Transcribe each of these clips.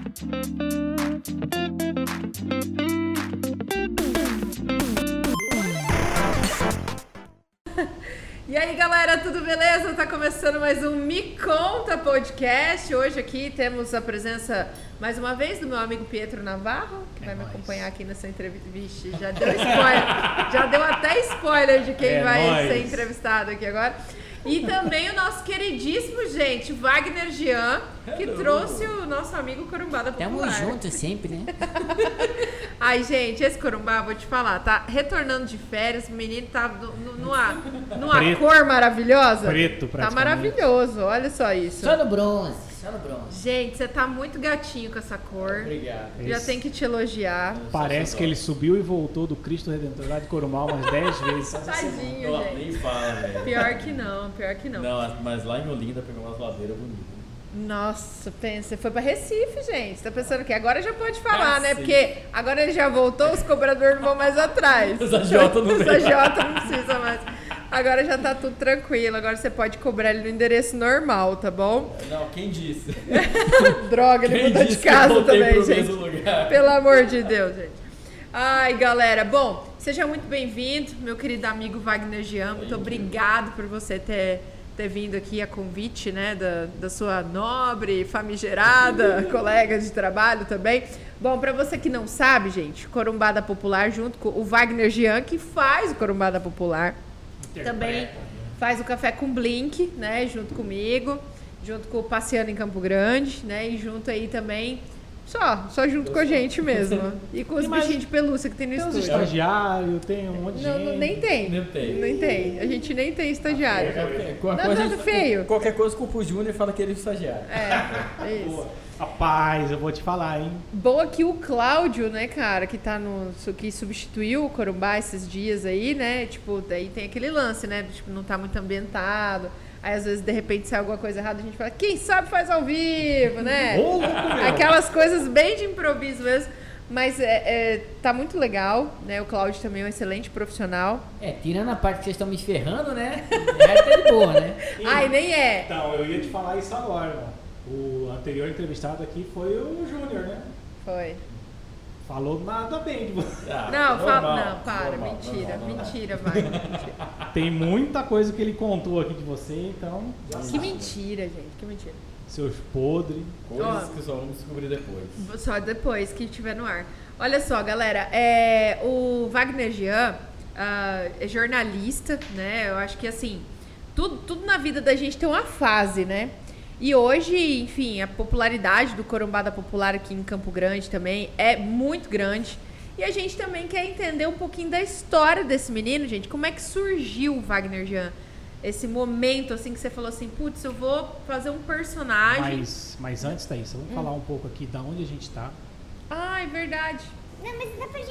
E aí, galera, tudo beleza? Tá começando mais um Me Conta Podcast. Hoje aqui temos a presença, mais uma vez, do meu amigo Pietro Navarro, que vai me acompanhar aqui nessa entrevista. Vixe, já deu spoiler. Já deu até spoiler de quem vai ser entrevistado aqui agora. E também o nosso queridíssimo, gente, Wagner Jean, que trouxe o nosso amigo Corumbada Popular. Tamo junto sempre, né? Ai, gente, esse Corumbá, vou te falar, tá retornando de férias, o menino tá numa cor maravilhosa. Preto, praticamente. Tá maravilhoso, olha só isso. Só no bronze, só no bronze. Gente, você tá muito gatinho com essa cor. Obrigado. Já tem que te elogiar. Parece que ele subiu e voltou do Cristo Redentor lá de Corumbá umas 10 vezes. Tadinho, Não, gente. nem fala, velho. Pior que não, pior que não. Não, mas lá em Olinda pegou umas ladeiras bonitas. Nossa, pensa, você foi pra Recife, gente. Você tá pensando que agora já pode falar, né? Sim. Porque agora ele já voltou, os cobradores não vão mais atrás. Os agiota não Os vem. agiota não precisa mais. Agora já tá tudo tranquilo. Agora você pode cobrar ele no endereço normal, tá bom? Não, quem disse? Droga, ele Quem mudou de disse que eu casa voltei também, pro gente. mesmo lugar? Pelo amor de Deus, gente. Ai, galera. Bom, seja muito bem-vindo, meu querido amigo Wagner Jean. Muito obrigado por você ter vindo aqui a convite, né, da sua nobre, famigerada colega de trabalho também. Bom, pra você que não sabe, gente, Corumbada Popular, junto com o Wagner Jean, que faz o Corumbada Popular, também faz o Café com Blink, né, junto comigo, junto com o Passeando em Campo Grande, né, e junto aí também, só junto com a gente mesmo. E com os bichinhos de pelúcia que tem no Tem uns estúdio. estagiários, tem um monte de gente. Não, nem tem. Nem tem. Nem tem. A gente nem tem estagiário. Qualquer feio. Qualquer coisa culpa o Júnior e fala que ele é estagiário. É isso. Pô, rapaz, eu vou te falar, hein? Boa que o Cláudio, né, cara, que tá que substituiu o Corumbá esses dias aí, né? Tipo, daí tem aquele lance, né? Tipo, não tá muito ambientado. Aí, às vezes, de repente, sai alguma coisa errada, a gente fala, quem sabe faz ao vivo, né? Ô, louco, meu. Aquelas coisas bem de improviso mesmo. Mas tá muito legal, né? O Cláudio também é um excelente profissional. Tirando a parte que vocês estão me ferrando, né? Já tá de boa, né? Ai, nem é. Então, eu ia te falar isso agora, irmão. O anterior entrevistado aqui foi o Júnior, né? Foi. Falou nada bem de você. Não, para, mentira, vai. Mentira. Tem muita coisa que ele contou aqui de você, então... Que mentira, gente, que mentira. Seus podres. Coisas que só vamos descobrir depois. Só depois que estiver no ar. Olha só, galera, o Wagner Jean é jornalista, né? Eu acho que, assim, tudo na vida da gente tem uma fase, né? E hoje, enfim, a popularidade do Corumbada Popular aqui em Campo Grande também é muito grande. E a gente também quer entender um pouquinho da história desse menino, gente. Como é que surgiu o Wagner Jean? Esse momento, assim, que você falou assim, putz, eu vou fazer um personagem. Mas antes, Thaís, vamos falar um pouco aqui da onde a gente tá. Ah, é verdade. Não, mas dá pra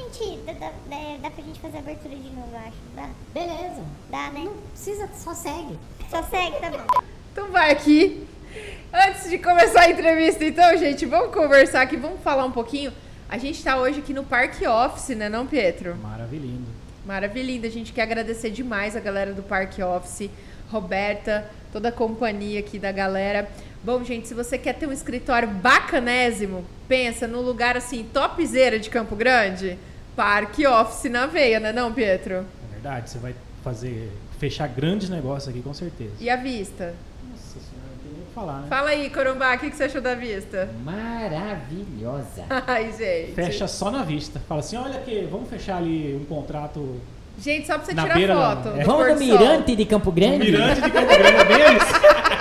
gente fazer a abertura de novo, eu acho. Dá? Beleza. Dá, né? Não precisa, só segue. Só segue, tá bom. Então vai aqui. Antes de começar a entrevista, então, gente, vamos conversar aqui, vamos falar um pouquinho. A gente tá hoje aqui no Parque Office, né, não, Pietro? Maravilhindo. Maravilhinda. A gente quer agradecer demais a galera do Parque Office, Roberta, toda a companhia aqui da galera. Bom, gente, se você quer ter um escritório bacanésimo, pensa num lugar assim, topzera de Campo Grande, Parque Office na veia, né não, Pietro? É verdade, você vai fechar grandes negócios aqui, com certeza. E a vista? Nossa senhora, não tem nem o que falar, né? Fala aí, Corumbá, o que você achou da vista? Maravilhosa. Ai, gente. Fecha só na vista. Fala assim, olha aqui, vamos fechar ali um contrato... Gente, só pra você Na tirar beira foto. da- do pôr Vamos no do sol. Mirante de Campo Grande? Mirante de Campo Grande, é bem isso?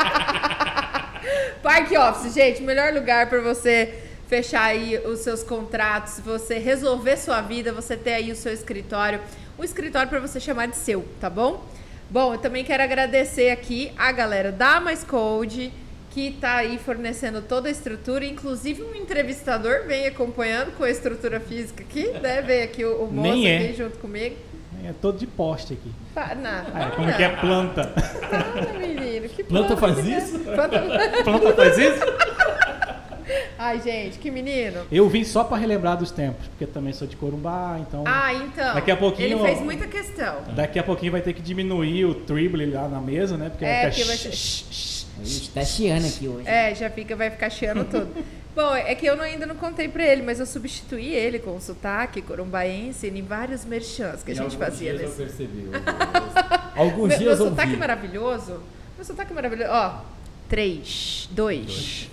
Parque Office, gente, melhor lugar para você fechar aí os seus contratos, você resolver sua vida, você ter aí o seu escritório, um escritório para você chamar de seu, tá bom? Bom, eu também quero agradecer aqui a galera da Mais Code, que tá aí fornecendo toda a estrutura, inclusive um entrevistador vem acompanhando com a estrutura física aqui, né? Vem aqui o moço aqui junto comigo. É todo de poste aqui. Como não. que é planta? Para, menino, que Planta faz que é? isso? Planta faz isso? Ai, gente, que menino. Eu vim só pra relembrar dos tempos, porque também sou de Corumbá, então... Ah, então. Daqui a pouquinho... Ele fez muita questão. Daqui a pouquinho vai ter que diminuir o treble lá na mesa, né? Porque É, vai porque ficar... vai ser... Ixi, tá chiando aqui hoje. Já vai ficar chiando todo. Bom, é que eu ainda não contei pra ele, mas eu substituí ele com o sotaque corumbaense em vários merchans que a gente fazia dias nesse. eu percebi. Alguns Meu dias eu sotaque vi. maravilhoso. Meu sotaque maravilhoso. Ó, 3, 2,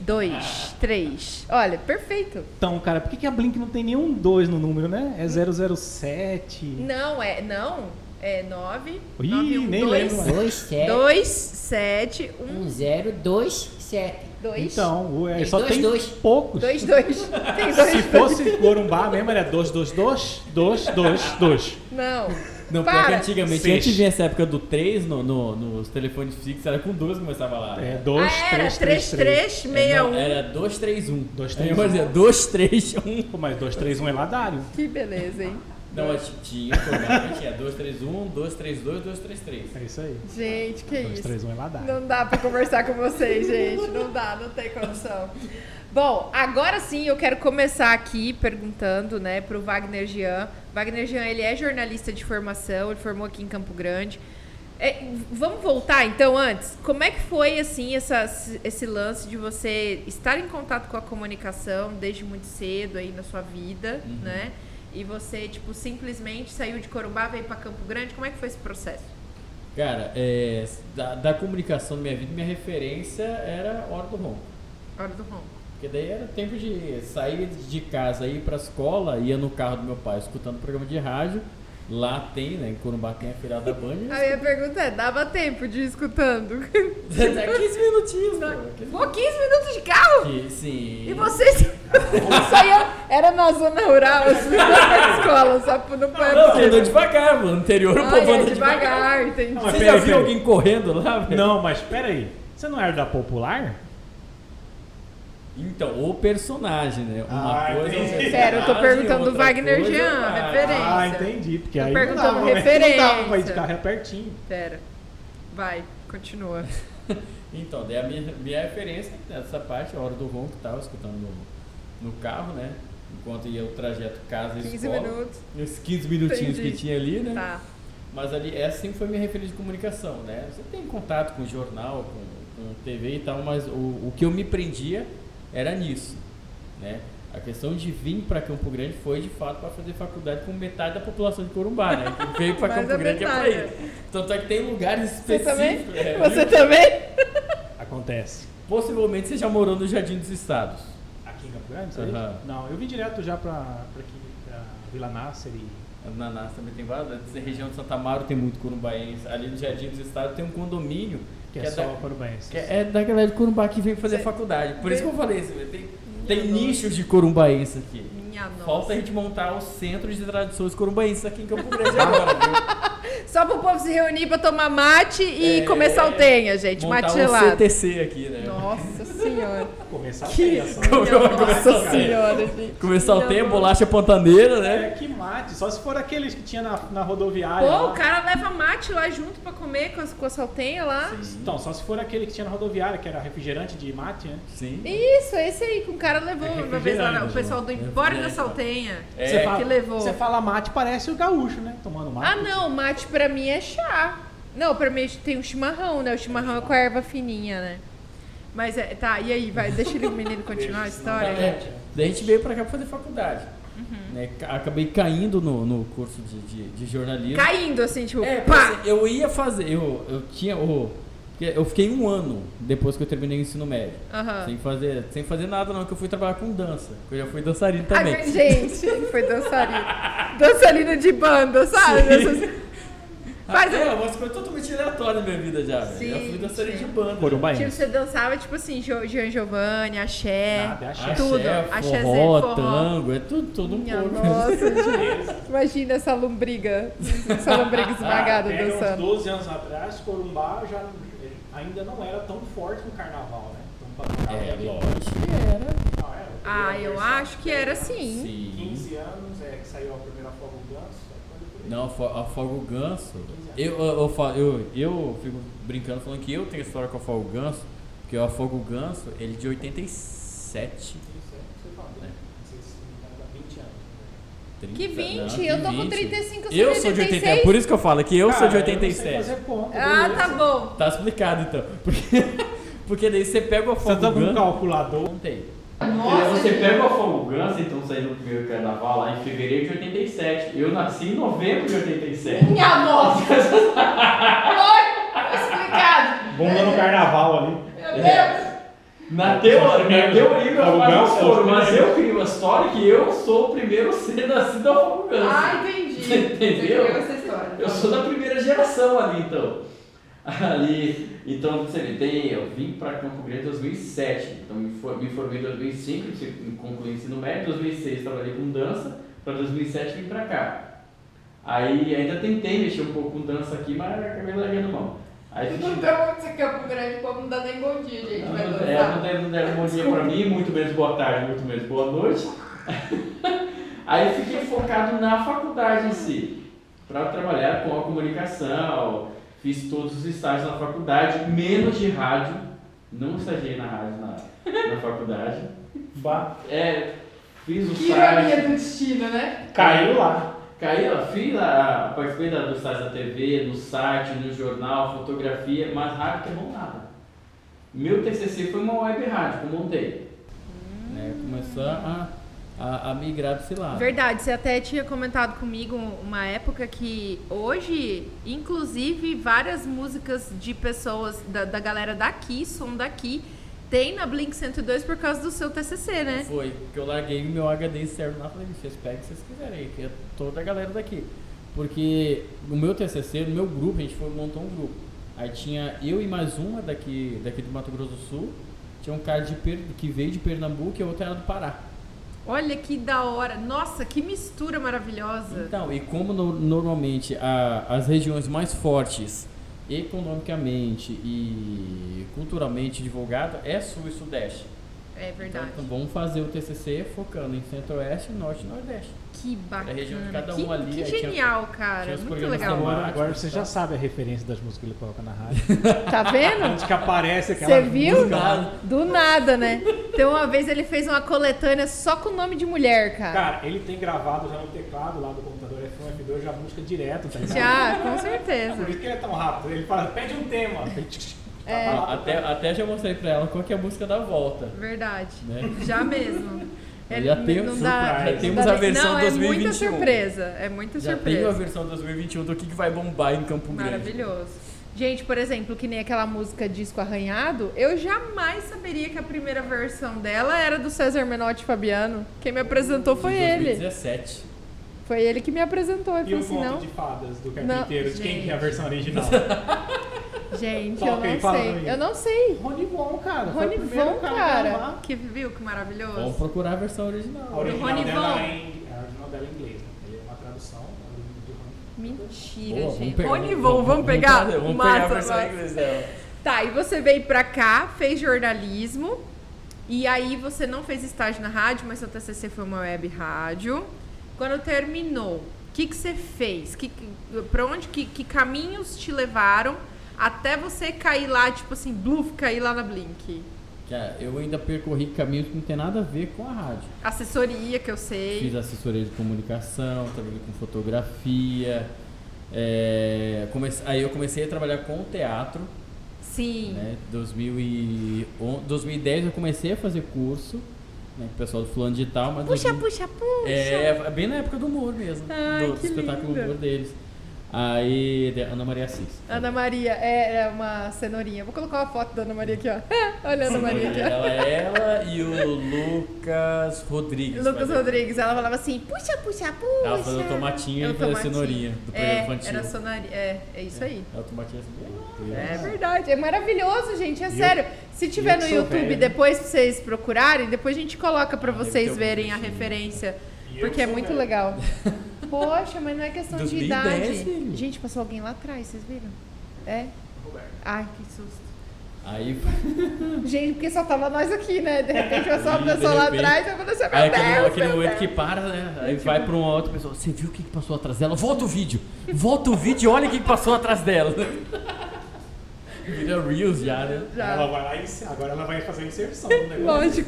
3. Olha, perfeito. Então, cara, por que a Blink não tem nenhum 2 no número, né? É 007. Não, é 9. Ih, nem lembro mais. 27 2, 7, 1, 1027. 2. Então, Tem só tem dois. poucos. 2, 2. Tem 2. Se fosse Corumbá mesmo, era 222, 222. Não. Não, pior que Para. antigamente, Seis. antes vinha essa época do 3 nos telefones fixos, era com 2 que começava lá. É 2, Era 3, 3, 3. 3361. Era 231. 231. Aí eu dizia 231. Pô, mas 231 é ladário. Que beleza, hein? Não, mas tinha 231, 232, 233. É isso aí. Gente, que isso. 231 é ladário. Não dá pra conversar com vocês, gente. Não dá, não tem condição. Bom, agora sim eu quero começar aqui perguntando, né, pro Wagner Jean. Wagner Jean, ele é jornalista de formação, ele formou aqui em Campo Grande. Vamos voltar então antes? Como é que foi assim esse lance de você estar em contato com a comunicação desde muito cedo aí na sua vida, né? E você, tipo, simplesmente saiu de Corumbá, veio pra Campo Grande. Como é que foi esse processo? Cara, da comunicação da minha vida, minha referência era Hora do Ronco. Hora do Ronco. Porque daí era tempo de sair de casa, ir pra escola, ia no carro do meu pai escutando programa de rádio. Lá tem, né? Em Corumbá tem a feriada da Band. A minha pergunta é, dava tempo de ir escutando? 15 minutinhos, pô. 15 minutos de carro? Sim. E vocês saiam, era na zona rural, assim, na escola, só não Não, foi você andou devagar, mano. No interior o povo anda devagar, entendi. Não, mas Você pera já aí, viu pera aí. alguém correndo lá, velho? Não, mas pera aí. Você não era da Popular? Então, o personagem, né? Uma coisa é o entendi. Pera, eu tô personagem, perguntando do outra Wagner coisa é Jean, o cara. referência. Ah, entendi. Porque Tô aí perguntando não dava, né? referência. Não dava pra ir de carro, é pertinho. Pera, vai, continua. Então, daí a minha referência nessa parte, a Hora do Ronco, tava escutando no carro, né? Enquanto ia o trajeto casa e 15 escola. minutos. Os 15 minutinhos Entendi. que tinha ali, né? Tá. Mas ali, essa sempre foi minha referência de comunicação, né? Você tem contato com jornal, com TV e tal, mas o que eu me prendia era nisso, né? A questão de vir para Campo Grande foi, de fato, para fazer faculdade com metade da população de Corumbá, né? Que veio para Mais Campo a Grande é para metade. isso. Tanto é que tem lugares Você também? específicos. Você também? Acontece. Possivelmente você já morou no Jardim dos Estados. Aqui em Campo Grande, isso aí? Aham. Não, eu vim direto já pra aqui, pra Vila Nasser e... Na Nas também tem várias. Na região de Santa Amaro tem muito corumbaense. Ali no Jardim dos Estados tem um condomínio Que é só corumbaense. que é da galera de Corumbá que vem fazer Cê- faculdade. Por isso que eu falei isso, tem nossa. nichos de corumbaense aqui. Minha nossa. Falta a gente montar o centro de tradições corumbaenses aqui em Campo Grande agora, viu? Só pro povo se reunir pra tomar mate e comer saltenha, gente. Montar Mate um gelado. CTC aqui, né? Nossa senhora. Começar Que... a só. Nossa senhora, gente. Começar o Minha tempo, nossa. bolacha pantaneira, né? É, que mate. Só se for aqueles que tinha na rodoviária. Pô, lá. o cara leva mate lá junto pra comer com a saltenha lá. Então, só se for aquele que tinha na rodoviária, que era refrigerante de mate, né? Sim. Isso, esse aí que o cara levou É uma vez lá, refrigerante, o pessoal do Empório da Saltenha. É, que levou. Você fala mate, parece o gaúcho, né? Tomando mate. Ah, não, mate pra mim é chá. Não, pra mim tem o chimarrão, né? O chimarrão é com a erva fininha, né? Mas tá, e aí, vai, deixa o menino continuar a história. Daí a gente veio pra cá pra fazer faculdade. Uhum. Né? Acabei caindo no curso de jornalismo. Caindo, assim, tipo, É, pá! assim, eu ia fazer, eu tinha porque eu fiquei um ano depois que eu terminei o ensino médio. Aham. Sem fazer nada não, que eu fui trabalhar com dança. Eu já fui dançarino também. Ai, gente, ele foi dançarino. Dançarino de banda, sabe? Essas- Faz É umas coisas totalmente aleatórias na minha vida já, velho. Sim, Já fui dançarino sim. de banda. Corumbaense. Tipo, você dançava, tipo assim, Jean Giovanni, axé, Nada, é axé. tudo. Axé, Axézé, forró, tango, é tudo um Minha pouco. nossa, gente. Imagina essa lombriga esmagada Pega uns dançando. 12 anos atrás, Corumbá já ainda não era tão forte no carnaval, né? Então, pra carnaval, É, ele- lógico que era. Não, era. Ah, eu acho que era sim. Sim. 15 anos que saiu a primeira Fogo Ganso. Não, Afoga o Ganso. Eu fico brincando falando que eu tenho história com o Afoga o Ganso, porque o Afoga o Ganso, ele é de 87. Né? 30, Que 20? não, Eu tô que com 20. 35, Eu sou de 87, por isso que eu falo que eu sou de 87. Fazer conta, Ah, beleza. tá bom. Tá explicado então. Porque daí você pega o Você tá com um Afogância. calculador? Não tem. Nossa, Você pega o Afogância, então saiu no primeiro carnaval lá em fevereiro de 87. Eu nasci em novembro de 87. minha nossa! Oi, explicado. Bunda no carnaval ali. Meu Deus! Na teoria eu faço foro, mas primeiro. eu crio a história que eu sou o primeiro ser nascido ao Afogância. Ah, entendi. Você entendeu? Você criou essa história. Eu sou da primeira geração ali, então. Então, você vê, eu vim para Campo Grande em 2007, então me formei em 2005, concluí o ensino médio, em 2006 trabalhei com dança, para 2007 vim para cá. Aí ainda tentei mexer um pouco com dança aqui, mas acabei largando mão. Aí Não tem muito esse Campo Grande, o povo não dá nem bom dia, gente. Vai não dançar. deram bom dia para mim, muito menos boa tarde, muito menos boa noite. Aí fiquei focado na faculdade em si, para trabalhar com a comunicação, fiz todos os estágios na faculdade, menos de rádio, não estagiei na rádio na faculdade. Fiz o Que ironia estágio, do destino, né? Caiu lá. participei do estágio da TV, no site, no jornal, fotografia, mas rádio que é bom nada. Meu TCC foi uma web rádio que eu montei. Começou a migrar desse lado. Verdade, você até tinha comentado comigo uma época que hoje, inclusive, várias músicas de pessoas da galera daqui, som daqui, tem na Blink 102 por causa do seu TCC, né? Foi, porque eu larguei o meu HD externo lá e falei, vocês pegam o que vocês quiserem, que é toda a galera daqui. Porque no meu TCC, no meu grupo, a gente montou um grupo. Aí tinha eu e mais uma daqui do Mato Grosso do Sul, tinha um cara que veio de Pernambuco e outro era do Pará. Olha que da hora. Nossa, que mistura maravilhosa. Então, e como normalmente as regiões mais fortes economicamente e culturalmente divulgada é Sul e Sudeste. É verdade. Então vamos fazer o TCC focando em Centro-Oeste, Norte e Nordeste. Que bacana. A região de cada um ali, que aí tinha- genial, cara. tinha os Muito programas legal. temáticos. Agora você já sabe a referência das músicas que ele coloca na rádio. Tá vendo? Antes que aparece aquela Você viu? música lá. Do nada, né? Então uma vez ele fez uma coletânea só com o nome de mulher, cara. Cara, ele tem gravado já no teclado lá do computador F1, F2, já busca direto, tá ligado? Já, com certeza. Por isso que ele é tão rápido. Ele fala, pede um tema. É. Até já mostrei pra ela qual que é a música da volta. Verdade. Né? Já mesmo. Já temos surprise. já temos a versão não, 2021. É muita surpresa. É muita Já surpresa. tem a versão 2021 do que vai bombar em Campo Grande. Maravilhoso. Gente, por exemplo, que nem aquela música Disco Arranhado, eu jamais saberia que a primeira versão dela era do César Menotti e Fabiano. Quem me apresentou foi ele. 2017. Foi ele que me apresentou. Eu E falei o assim, conto não. de fadas do Não, carpinteiro, de quem que é a gente. versão original? Gente, Toca aí, eu fala não pra sei. mim. Eu não sei. Rony Von, cara. Foi o Rony primeiro Von, a cara. gravar. Que viu que maravilhoso. Vamos procurar a versão A original. original Rony dela Von. é a original dela é em inglês, né? Ele é uma tradução do Rony. Mentira, Boa, gente. pegar- Rony Von, vamos pegar? Vamos pegar Massa, a versão massa. em inglês dela. Tá, e você veio pra cá, fez jornalismo, e aí você não fez estágio na rádio, mas seu TCC foi uma web rádio. Quando terminou, o que você fez? Pra onde, que caminhos te levaram até você cair lá, tipo assim, cair lá na Blink? Eu ainda percorri caminhos que não tem nada a ver com a rádio. Assessoria, que eu sei. Fiz assessoria de comunicação, trabalhei com fotografia. Aí eu comecei a trabalhar com o teatro. Sim. Né? 2010 eu comecei a fazer curso, né, com o pessoal do Fulano de Tal, mas Puxa. bem na época do humor mesmo, Ai, do que espetáculo lindo. humor deles. Aí, Ana Maria Assis. Ana Maria, é uma cenourinha. Vou colocar uma foto da Ana Maria aqui, ó. Olha a Ana Maria aqui, ó. Ela e o Lucas Rodrigues. Lucas Rodrigues, ela falava assim, puxa. Ela fazia o tomatinho e ele fazia a cenourinha do programa infantil. Era sonaria, é isso aí. O tomatinho assim. É verdade, é maravilhoso, gente, é E sério. Se tiver eu no que sou YouTube velho. depois pra vocês procurarem, depois a gente coloca pra Deve vocês ter um verem a bonitinho. referência, E eu porque é sou muito velho. legal. Poxa, mas não é questão de 2010, idade. filho. Gente, passou alguém lá atrás, vocês viram? É? Ai, que susto. Aí, Gente, porque só tava nós aqui, né? De repente passou uma De pessoa lá repente. atrás, eu falei assim, aí meu Deus, aquele meu momento Deus. que para, né? Aí vai pra uma outra pessoa. Você viu o que passou atrás dela? Volta o vídeo e olha o que passou atrás dela. Vira Reels já, né? Já. Ela vai lá e agora ela vai fazer a inserção do negócio. Lógico.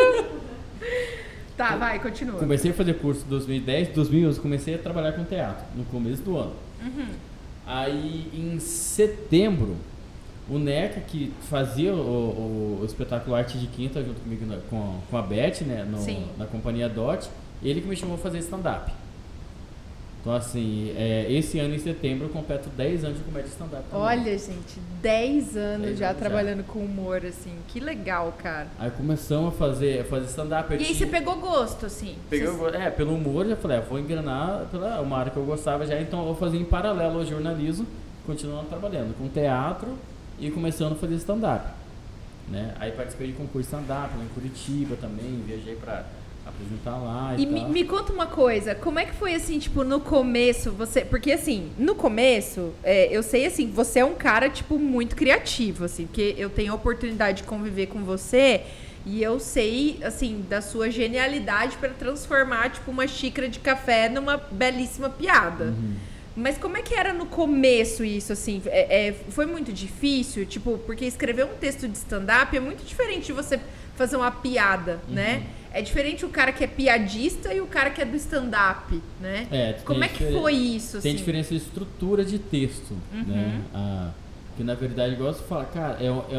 Tá, vai, continua. Comecei a fazer curso em 2010, 2011 comecei a trabalhar com teatro, no começo do ano. Aí em setembro O Neca, que fazia o espetáculo Arte de Quinta junto comigo com a Beth, né, na companhia DOT, ele que me chamou a fazer stand-up. Então, assim, esse ano em setembro eu completo 10 anos de comédia stand-up também. Olha, gente, 10 anos 10 já anos trabalhando com humor, assim. Que legal, cara. Aí começamos a fazer stand-up. E aí você pegou gosto, assim? Pelo humor, já falei, vou engrenar pela uma área que eu gostava já, então eu vou fazer em paralelo ao jornalismo, continuando trabalhando com teatro e começando a fazer stand-up, né? Aí participei de concurso stand-up lá em Curitiba também, viajei pra apresentar lá e tal. Me conta uma coisa, como é que foi assim, tipo, no começo, porque assim, no começo, eu sei assim, você é um cara, tipo, muito criativo, assim, porque eu tenho a oportunidade de conviver com você e eu sei, assim, da sua genialidade para transformar, tipo, uma xícara de café numa belíssima piada. Uhum. Mas como é que era no começo isso, assim? Foi muito difícil? Tipo, porque escrever um texto de stand-up é muito diferente de você fazer uma piada, né? É diferente o cara que é piadista e o cara que é do stand-up, né? Como é que foi isso, assim? Tem diferença de estrutura de texto, né? Que na verdade, igual você fala, cara,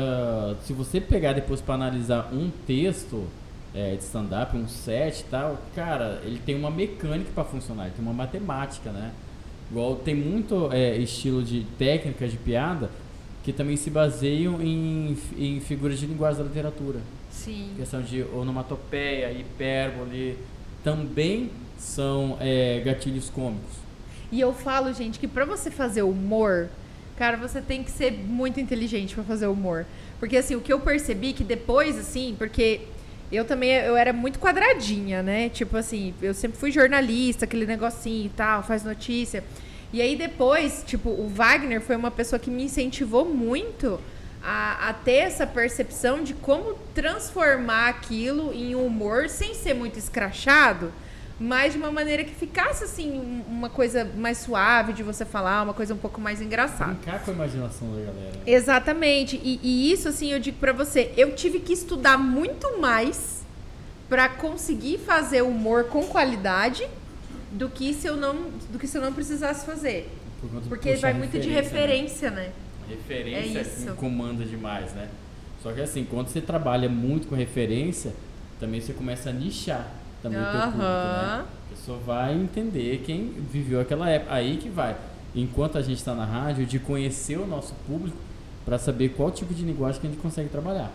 se você pegar depois para analisar um texto de stand-up, um set e tal, cara, ele tem uma mecânica para funcionar, ele tem uma matemática, né? Igual tem muito estilo de técnicas de piada que também se baseiam em figuras de linguagem da literatura. Sim. Questão de onomatopeia, hipérbole, também são gatilhos cômicos. E eu falo, gente, que pra você fazer humor, cara, você tem que ser muito inteligente pra fazer humor. Porque, assim, o que eu percebi que depois, assim, porque eu era muito quadradinha, né? Tipo assim, eu sempre fui jornalista, aquele negocinho e tal, faz notícia. E aí depois, tipo, o Wagner foi uma pessoa que me incentivou muito a ter essa percepção de como transformar aquilo em humor sem ser muito escrachado, mas de uma maneira que ficasse, assim, uma coisa mais suave de você falar, uma coisa um pouco mais engraçada. Brincar com a imaginação da galera. Exatamente. E isso, assim, eu digo pra você, eu tive que estudar muito mais pra conseguir fazer humor com qualidade do que se eu não precisasse fazer. Porque vai muito de referência, né? Referência comanda demais, né? Só que assim, quando você trabalha muito com referência, também você começa a nichar também o teu público, né? A pessoa vai entender quem viveu aquela época. Aí que vai. Enquanto a gente está na rádio, de conhecer o nosso público para saber qual tipo de linguagem que a gente consegue trabalhar.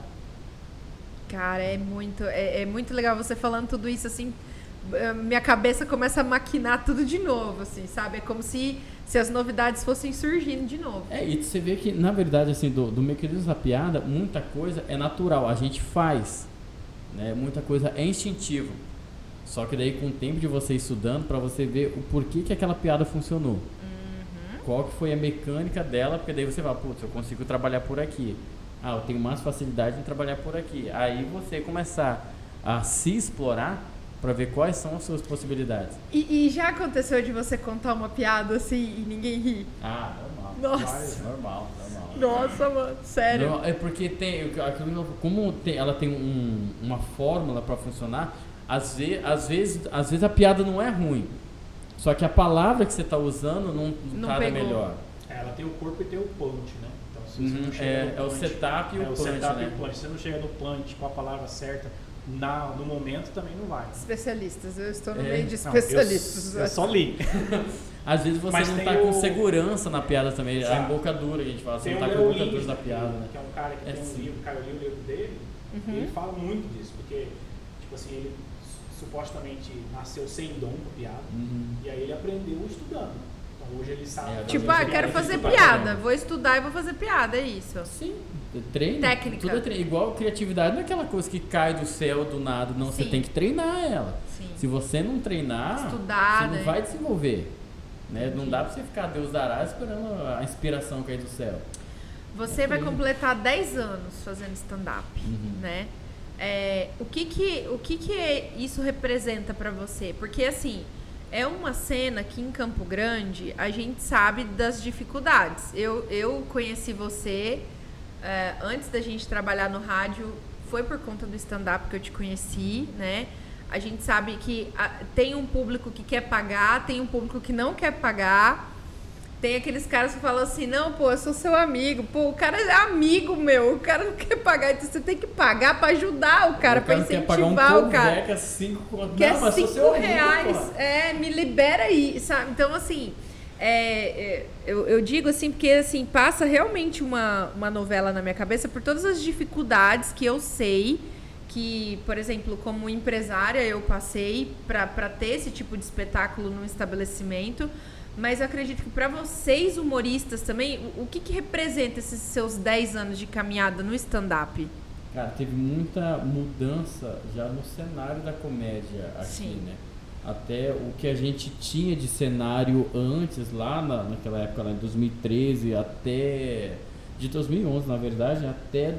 Cara, é muito legal você falando tudo isso, assim, minha cabeça começa a maquinar tudo de novo, assim, sabe? É como se as novidades fossem surgindo de novo. E você vê que, na verdade, assim, do mecanismo da piada, muita coisa é natural, a gente faz, né? Muita coisa é instintivo. Só que daí, com o tempo de você estudando, para você ver o porquê que aquela piada funcionou. Qual que foi a mecânica dela, porque daí você fala, putz, eu consigo trabalhar por aqui. Eu tenho mais facilidade em trabalhar por aqui. Aí você começar a se explorar para ver quais são as suas possibilidades. E já aconteceu de você contar uma piada assim e ninguém ri? Normal. Nossa. Normal. Nossa, mano, sério. Não, é porque ela tem uma fórmula para funcionar. Às vezes a piada não é ruim. Só que a palavra que você está usando não tá melhor. Ela tem o corpo e tem o punch, né? Então, se você não chega no punch, o setup e o punch, setup né? e o punch. Se você não chega no punch com a palavra certa, no momento também não vai. Especialistas, eu estou no meio de especialistas. Eu só li. Às vezes você não tá com segurança na piada também. A embocadura, a gente fala, você não tá com a embocadura da piada, né? Que é um cara que tem um livro, cara, eu li o livro dele, ele fala muito disso, porque, tipo assim, ele supostamente nasceu sem dom com piada, e aí ele aprendeu estudando. Então hoje ele sabe. Tipo, quero fazer piada, vou estudar e vou fazer piada, é isso. Sim, treino. Técnica. Tudo é treino. Igual criatividade não é aquela coisa que cai do céu do nada, não, você tem que treinar ela. Sim. Se você não treinar, estudar, você não vai desenvolver. Né? Não dá pra você ficar Deus dará esperando a inspiração cair do céu. Você vai completar 10 anos fazendo stand-up, né? O que isso representa pra você? Porque, assim, é uma cena que em Campo Grande a gente sabe das dificuldades. Eu conheci você antes da gente trabalhar no rádio, foi por conta do stand-up que eu te conheci, né? A gente sabe que tem um público que quer pagar, tem um público que não quer pagar. Tem aqueles caras que falam assim, não, pô, eu sou seu amigo. Pô, o cara é amigo meu, o cara não quer pagar, então você tem que pagar pra ajudar o cara, pra incentivar o cara. Que é 5 conto. Que não, é 5 reais. Amigo, me libera aí, sabe? Então, assim, eu digo assim, porque assim, passa realmente uma novela na minha cabeça por todas as dificuldades que eu sei que, por exemplo, como empresária eu passei pra ter esse tipo de espetáculo no estabelecimento. Mas eu acredito que para vocês, humoristas também, o que representa esses seus 10 anos de caminhada no stand-up? Cara, teve muita mudança já no cenário da comédia aqui, Sim. né? Até o que a gente tinha de cenário antes, lá naquela época, lá em 2013, até... De 2011, na verdade, até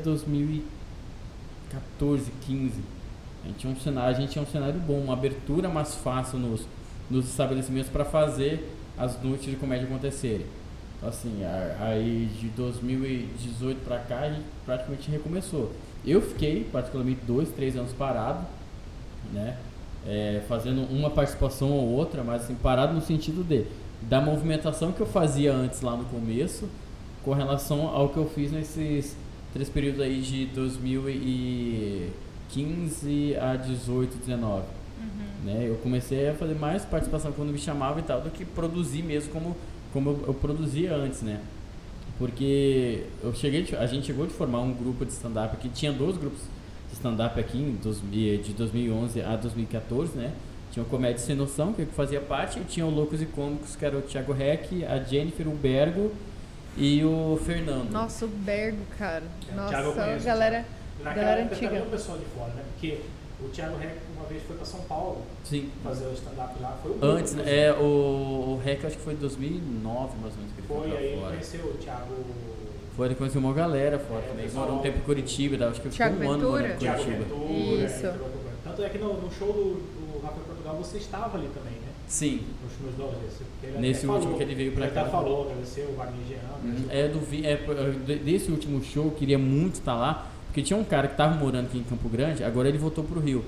2014, 15. A gente tinha um cenário bom, uma abertura mais fácil nos estabelecimentos para fazer as noites de comédia acontecerem. Assim, aí de 2018 pra cá a gente praticamente recomeçou. Eu fiquei particularmente 2-3 anos parado, né? Fazendo uma participação ou outra, mas assim, parado no sentido da movimentação que eu fazia antes lá no começo, com relação ao que eu fiz nesses 3 períodos aí de 2015 a 18, 19. Né? Eu comecei a fazer mais participação quando me chamavam e tal, do que produzir mesmo como eu produzia antes, né? Porque a gente chegou de formar um grupo de stand-up aqui, tinha 2 grupos de stand-up aqui de 2011 a 2014, né? Tinha o Comédia Sem Noção, que eu fazia parte, e tinha o Loucos e Cômicos, que era o Thiago Reck, a Jennifer, o Bergo e o Fernando. Nossa, o Bergo, cara. Nossa, galera antiga. Naquela pessoa de fora, né? Porque o Thiago Reck uma vez foi pra São Paulo. Sim. Fazer o stand-up lá. Foi o antes, o Reck acho que foi em 2009, mais ou menos, que ele foi aí fora. Ele conheceu o Thiago... Ele conheceu uma galera fora também. Morou um tempo em Curitiba, acho que ficou um ano morando em Curitiba. Isso. Tanto é que no show do Rafael Portugal você estava ali também, né? Sim. Nos 2 vezes. Nesse último que ele veio pra cá. Ele falou, agradeceu o Wagner Jean. Desse último show, eu queria muito estar lá, porque tinha um cara que estava morando aqui em Campo Grande, agora ele voltou pro Rio,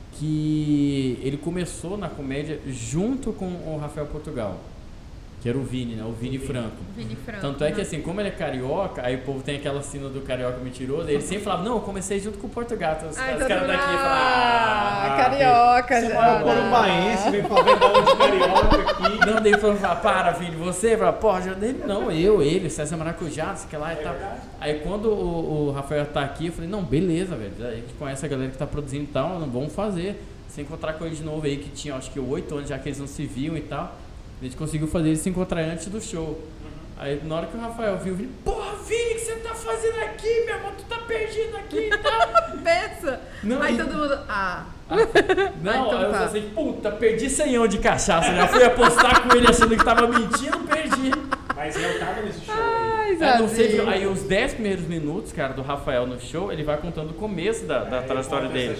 que ele começou na comédia junto com o Rafael Portugal, que era o Vini, né? O Vini Franco. Tanto é que assim, como ele é carioca, aí o povo tem aquela cena do carioca mentiroso, ele sempre falava, não, eu comecei junto com o Portugal. Então, os caras daqui falavam, carioca já. Você é corubaense, vem pra verdade de carioca aqui. Não, daí ele falou, para, Vini, você? Porra, não, ele, César Maracujá, não sei o que lá e tal. Aí quando o Rafael tá aqui, eu falei, não, beleza, velho, a gente conhece a galera que tá produzindo e tal, não vamos fazer. Se encontrar com ele de novo aí, que tinha acho que 8 anos já que eles não se viam e tal. A gente conseguiu fazer eles se encontrar antes do show. Aí na hora que o Rafael viu, ele, porra, Vini, o que você tá fazendo aqui, meu irmão? Tu tá perdido aqui e tal. Pensa! Não, aí todo mundo, não, então aí eu falei assim, puta, perdi 100 de cachaça. Já fui apostar com ele achando que tava mentindo, perdi. Mas eu tava nesse show não sei, aí os 10 primeiros minutos, cara, do Rafael no show, ele vai contando o começo da trajetória dele.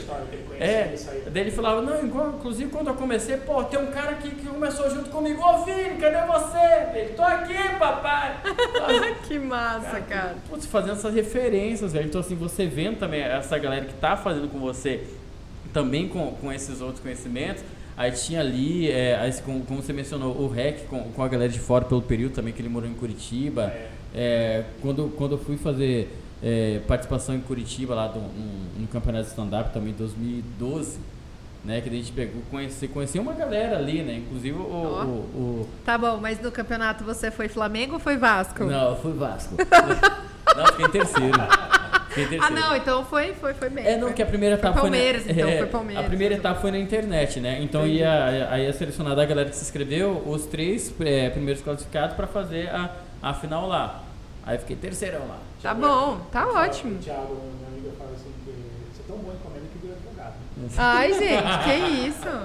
Daí ele falava, não, inclusive quando eu comecei, pô, tem um cara aqui que começou junto comigo, ô Vini, cadê você? Ele, tô aqui, papai. Que massa, cara. Putz, fazendo essas referências, velho. Então assim, você vendo também essa galera que tá fazendo com você, também com esses outros conhecimentos. Aí tinha ali, como você mencionou, o REC com a galera de fora pelo período também que ele morou em Curitiba. Quando eu fui fazer participação em Curitiba lá no campeonato de stand-up também em 2012, né, que a gente conheceu uma galera ali, né, inclusive Tá bom, mas no campeonato você foi Flamengo ou foi Vasco? Não, eu fui Vasco. Não, fiquei em terceiro. Não, então foi bem. Não, que a primeira etapa foi Palmeiras, foi Palmeiras. A primeira etapa foi na internet, né? Então ia selecionar a galera que se inscreveu, os 3 primeiros classificados para fazer a final lá. Aí fiquei terceirão lá. Tá bom, tá ótimo. O Thiago, meu amigo, fala assim que você é tão bom em comédia que virou advogado. Ai, gente, que isso?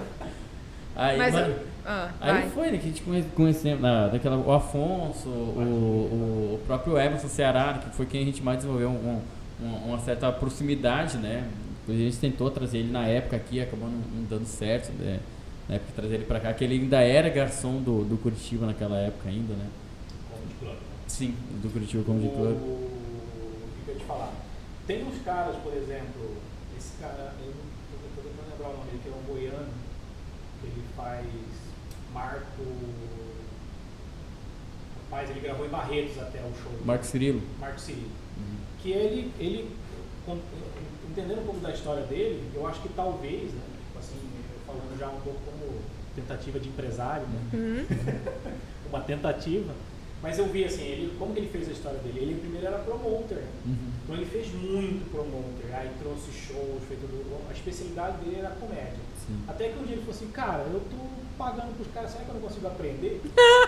Aí foi, né, que a gente conheceu o Afonso, o próprio Emerson Ceará, que foi quem a gente mais desenvolveu uma certa proximidade, né? A gente tentou trazer ele na época aqui, acabou não dando certo, né? Na época de trazer ele pra cá, que ele ainda era garçom do Curitiba naquela época ainda, né? Comedy Club. Sim, do Curitiba Comedy Club. O que eu ia te falar? Tem uns caras, por exemplo, esse cara, eu não tô tentando lembrar o nome dele, que é um goiano, que ele faz Marco rapaz, ele gravou em Barretos até o show. Marco Cirilo. Que ele entendendo um pouco da história dele, eu acho que talvez, né, tipo assim, falando já um pouco como tentativa de empresário, né? Uma tentativa, mas eu vi assim, como que ele fez a história dele? Ele primeiro era promoter, então ele fez muito promoter, aí trouxe shows, fez tudo, a especialidade dele era a comédia. Sim. Até que um dia ele falou assim, cara, eu tô pagando pros caras, será que eu não consigo aprender?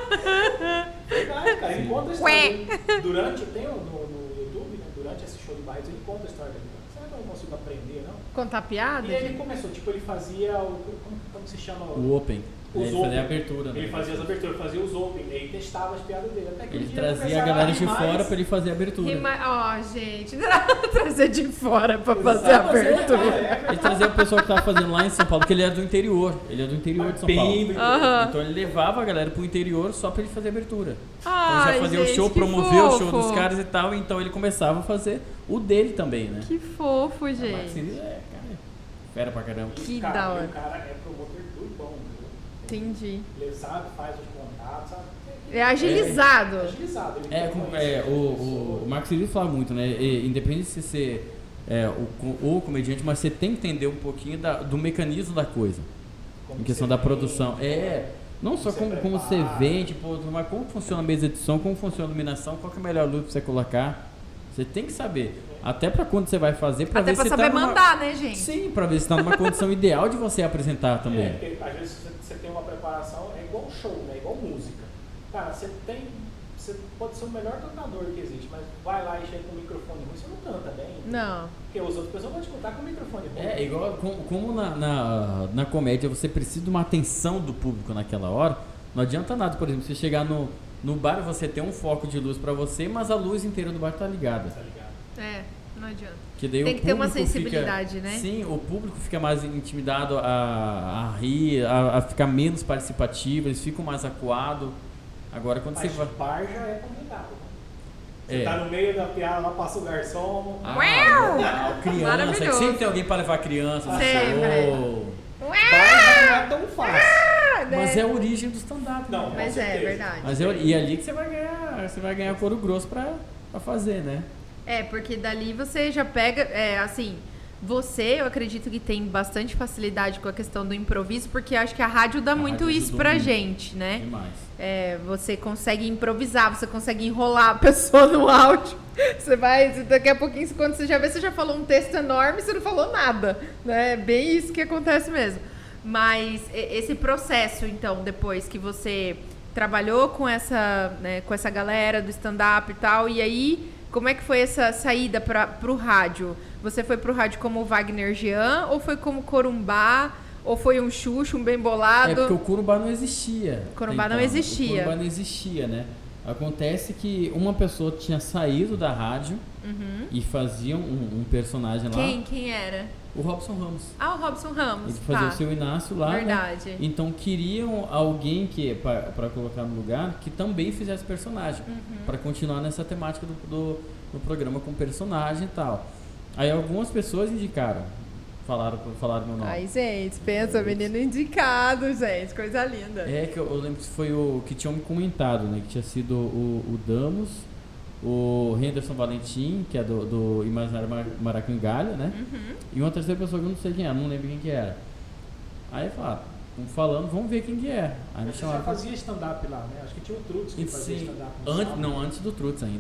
Verdade, cara, ele conta a história dele. Tem no YouTube, né, durante esse show de Barretos, ele conta a história dele. Será que eu não consigo aprender, não? Contar piada? E aí ele começou, tipo, ele fazia como se chama? O Open. Ele fazia a abertura, né? Ele fazia as aberturas, fazia os Open, e aí testava as piadas dele. Até que ele trazia a galera de fora pra ele fazer a abertura. Gente, trazer de fora pra fazer a abertura. Ele trazia o pessoal que tava fazendo lá em São Paulo, porque ele era do interior. Ele é do interior de São Paulo. Então ele levava a galera pro interior só pra ele fazer a abertura. Então ele já fazia o show, promovia o show dos caras e tal, então ele começava a fazer o dele também, né? Que fofo, gente. Cara, fera pra caramba. Que da hora. O cara é promotor do bom. Entendi. Ele sabe, faz os contatos, sabe? É agilizado. Agilizado. O Marco Cirilo fala muito, né? Independente de você ser o comediante, mas você tem que entender um pouquinho do mecanismo da coisa. Em questão da produção. Não só como você vende, mas como funciona a mesa de som, como funciona a iluminação, qual que é a melhor luz pra você colocar. Você tem que saber. Até pra quando você vai fazer, pra até ver pra se saber tá mandar, né, gente? Sim, pra ver se tá numa condição ideal de você apresentar também. Porque às vezes você tem uma preparação, é igual show, né? É igual música. Cara, você pode ser o melhor cantador que existe, mas vai lá e chega com o microfone ruim, você não canta bem. Não. Porque as outras pessoas vão te contar com o microfone ruim. Igual como na comédia você precisa de uma atenção do público naquela hora, não adianta nada, por exemplo, você chegar no bar, você tem um foco de luz pra você, mas a luz inteira do bar tá ligada. Não adianta. Que daí tem que ter uma sensibilidade, né? Sim, o público fica mais intimidado a rir, a ficar menos participativo, eles ficam mais acuados. Agora quando você vai... bar já é complicado, né? Você tá no meio da piada, lá passa o garçom. Criança, sempre tem alguém para levar criança no show. Bar já não é tão fácil. Mas é a origem do stand-up. Não, mas é verdade. E ali que você vai ganhar couro grosso pra fazer, né? Porque dali você já pega, eu acredito que tem bastante facilidade com a questão do improviso, porque acho que a rádio dá muito isso pra gente, né? Demais. Você consegue improvisar, você consegue enrolar a pessoa no áudio. Daqui a pouquinho, quando você já vê, você já falou um texto enorme e você não falou nada, né? É bem isso que acontece mesmo. Mas esse processo, então, depois que você trabalhou com essa galera do stand-up e tal, e aí... Como é que foi essa saída pro rádio? Você foi pro rádio como Wagner Jean, ou foi como Corumbá, ou foi um Xuxa, um Bem Bolado? Porque o Corumbá não existia. O Corumbá não existia, né? Acontece que uma pessoa tinha saído da rádio e fazia um personagem lá. Quem era? O Robson Ramos. O Robson Ramos. Ele fazia o Seu Inácio lá, verdade. Né? Então queriam alguém para colocar no lugar que também fizesse personagem, para continuar nessa temática do programa com personagem e tal. Aí algumas pessoas indicaram, falaram meu nome. Ai, gente, pensa, menino indicado, gente, coisa linda. Que eu lembro que foi o que tinham me comentado, né? Que tinha sido o Damos, o Henderson Valentim, que é do Imaginário Maracangalho, né? E uma terceira pessoa que eu não sei quem era, não lembro quem que era. Aí falaram, falando, vamos ver quem que é. Aí me chamaram. Você fazia stand-up lá, né? Acho que tinha o Trutz que fazia stand-up. Antes do Trutz ainda.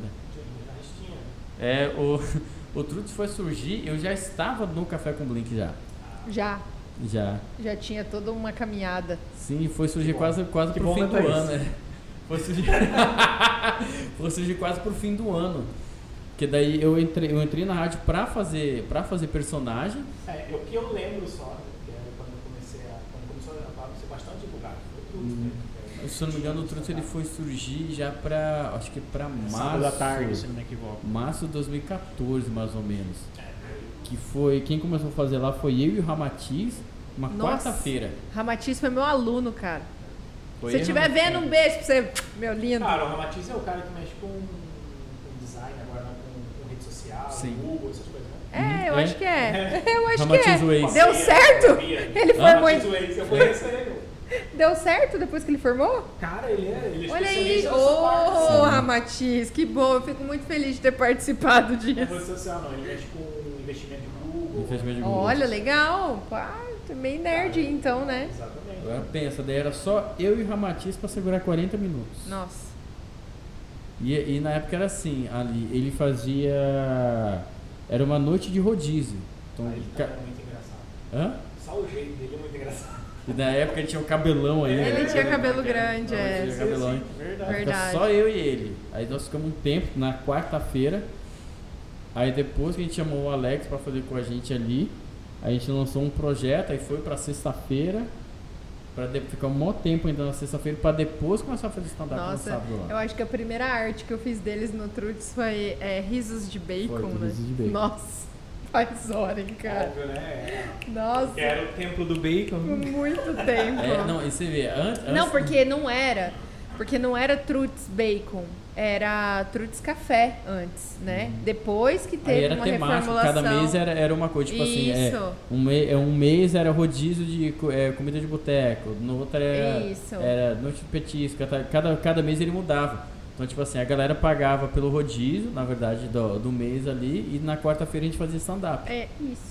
O Trutz foi surgir, eu já estava no Café com Blink já. Já tinha toda uma caminhada. Sim, foi surgir quase pro fim do ano, né? Foi surgir quase pro fim do ano. Porque daí eu entrei na rádio pra fazer personagem. O que eu lembro só, que era quando começou a ser bastante divulgado, foi o Trutz, né? Se eu não me engano, o Trutz ele foi surgir já acho que pra março da tarde, se não me equivoco. Março de 2014, mais ou menos. Que foi, quem começou a fazer lá foi eu e o Ramatiz, uma quarta-feira. Ramatiz foi meu aluno, cara. Foi se estiver vendo, um beijo pra você, meu lindo. Cara, o Ramatiz é o cara que mexe com design agora, com rede social, Google, essas coisas, né? Eu acho que é. Eu acho Ramatiz que é. Waze. Deu certo? Ele foi muito... Eu conheço ele. Deu certo depois que ele formou? Cara, ele é Olha aí, especialista nessa parte. ô Ramatiz, que bom, eu fico muito feliz de ter participado Não é disso. rede social, não. Ele mexe com investimento de Google. Investimento de Google. Olha, legal. Pá, tu é meio nerd então, né? Exatamente. Agora pensa, daí era só eu e o Ramatiz pra segurar 40 minutos. Nossa. E na época era assim, ali, ele fazia... Era uma noite de rodízio. Então, Ele tá muito engraçado. Hã? Só o jeito dele é muito engraçado. E na época ele tinha um cabelão aí. Ele tinha É, cabelo é, grande, Ele tinha é. cabelão aí. Verdade. Verdade. Só eu e ele. Aí nós ficamos um tempo, na quarta-feira. Aí depois que a gente chamou o Alex pra fazer com a gente ali, a gente lançou um projeto, aí foi pra sexta-feira, pra ficar um maior tempo ainda na sexta-feira, pra depois começar a fazer stand-up no Nossa, sábado lá. eu acho que a primeira arte que eu fiz deles no Trudes foi risos de bacon, Foi, né? risos de bacon. Nossa, faz hora, hein, cara. Óbvio, né? Nossa, Era o templo do bacon. muito tempo. Não, e você vê, antes... Não, porque não era Trudes Bacon, era Trudes Café antes, né? Depois que Aí teve era uma temático, reformulação. cada mês era uma coisa, tipo assim, Isso. um mês era rodízio de comida de boteco, no outro Isso. era noite de petisco, cada mês ele mudava. Então, tipo assim, a galera pagava pelo rodízio, na verdade, do mês ali, e na quarta-feira a gente fazia stand-up. É, isso.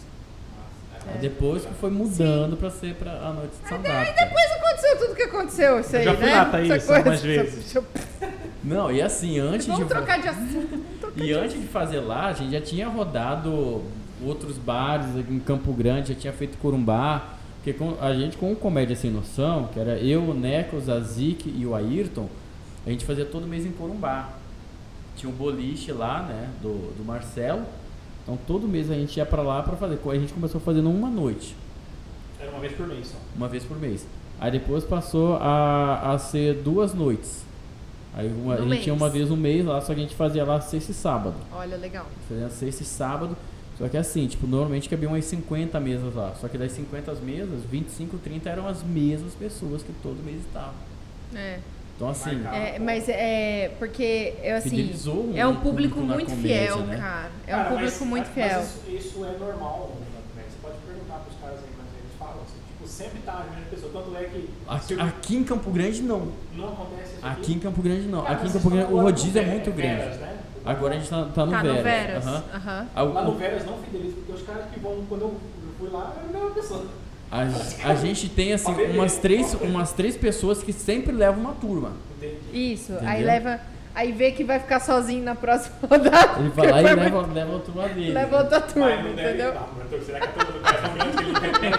Aí depois que foi mudando pra ser a noite de stand-up. cara. Depois aconteceu tudo que aconteceu, isso aí, já fui né? lá, Thaís, Essa coisa- algumas vezes. Não, e assim, antes Vamos de... trocar de assunto. E antes de fazer lá, a gente já tinha rodado outros bares aqui em Campo Grande, já tinha feito Corumbá, porque a gente com o Comédia Sem Noção, que era eu, o Neco, o Zazik e o Ayrton, a gente fazia todo mês em Corumbá. Tinha um boliche lá, né, do Marcelo, então todo mês a gente ia pra lá pra fazer. A gente começou fazendo uma noite, Era uma vez por mês só. uma vez por mês. Aí depois passou a ser 2 noites. Aí a gente tinha uma vez no mês lá, só que a gente fazia lá sexta e sábado. Olha, legal. Fazia sexta e sábado, só que assim, tipo, normalmente cabia umas 50 mesas lá. Só que das 50 mesas, 25, 30 eram as mesmas pessoas que todo mês estavam. É. Então assim, Mas é porque assim, fidelizou é um público na muito comédia, fiel, né? cara. É um público muito fiel. Mas isso é normal, né? Você pode perguntar pros caras aí, mas eles falam assim, tipo, sempre tá a mesma pessoa. Tanto é que Aqui em Campo Grande não. não acontece isso Aqui em Campo Grande não. Cara, Aqui em vocês Campo Grande estão o agora rodízio é no muito grande. Veras, né? Agora a gente tá no Tá no Veras. Veras. Aham. Aham. Lá no Veras não fideliza, porque os caras que vão, quando eu fui lá, é a mesma pessoa. A gente tem assim umas três pessoas que sempre levam uma turma. Entendi. Isso. Entendeu? Aí leva, aí vê que vai ficar sozinho na próxima rodada. Ele vai lá e porque leva a turma dele. leva outra turma, Mas não deve entendeu? dar, mas será que a turma do cara é tão grande que ele depende?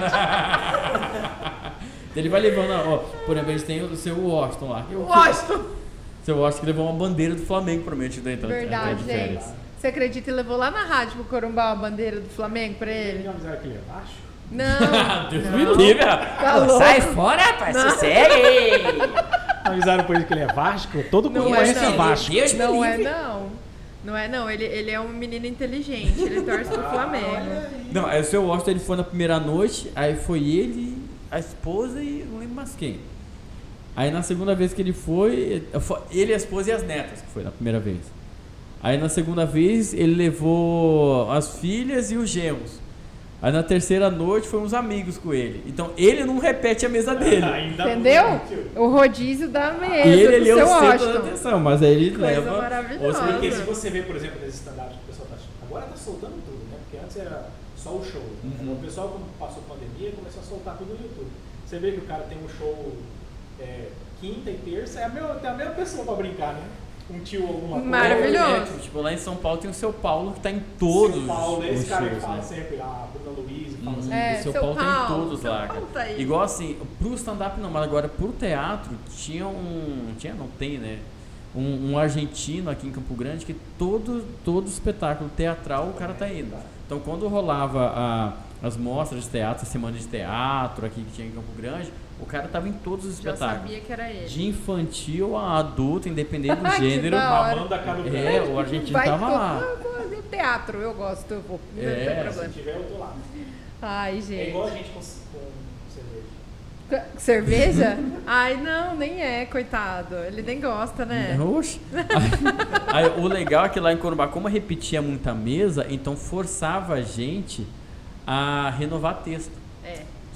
Ele vai levando, ó, por exemplo, a gente tem o seu Washington lá. Washington. Seu Washington que levou uma bandeira do Flamengo pra mim, então. Verdade, gente. Você acredita? Ele levou lá na rádio pro Corumbá a bandeira do Flamengo pra ele? Não avisaram que ele é baixo? Não. Deus não. me livre, Tá Pô, louco. sai fora, rapaz, sossega! Não avisaram pra ele que ele é Vasco? Todo Não mundo é, conhece não. é Vasco. Deus me Não é livre. não. Não é não. Ele é um menino inteligente. Ele torce pro Flamengo. Não, aí o seu Washington ele foi na primeira noite, aí foi ele, a esposa e não lembro mais quem. Aí na segunda vez que ele foi ele, a esposa e as netas, que foi na primeira vez. Aí na segunda vez ele levou as filhas e os genros. Aí na terceira noite foi uns amigos com ele. Então ele não repete a mesa dele. Entendeu? O rodízio da mesa Ele do é seu o centro da Washington. atenção, mas aí ele Coisa leva. maravilhosa. Porque se você vê, por exemplo, nesses stand-ups que o pessoal tá... Agora tá soltando tudo, né? Porque antes era só o show. Uhum. O pessoal, quando passou a pandemia, começou a soltar tudo no YouTube. Você vê que o cara tem um show quinta e terça, tem a mesma pessoa pra brincar, né? Um tio alguma coisa. Maravilhoso. Tipo, lá em São Paulo tem o seu Paulo que tá em todos São Paulo, os esse cara que shows, fala né? sempre, a Bruna Luiz, fala assim. É, o seu seu Paulo tem Paulo, todos seu lá, Paulo cara. tá aí. Igual assim, pro stand-up não, mas agora pro teatro não tem, né? Um argentino aqui em Campo Grande que todo espetáculo teatral o cara tá indo. Então quando rolava as mostras de teatro, a semana de teatro aqui que tinha em Campo Grande, o cara tava em todos os Já espetáculos. sabia que era ele. De infantil a adulto, independente do Que gênero. da hora. Mamando a cara do É, o argentino Vai tava lá. todo teatro, eu gosto, eu vou. Não É, tem Se problema. tiver, eu tô lá. Ai, É gente. igual a gente com cerveja. Cerveja? Ai, não, nem é, coitado. Ele nem gosta, né? Oxe. Aí, o legal é que lá em Corumbá, como repetia muita mesa, então forçava a gente a renovar texto. É.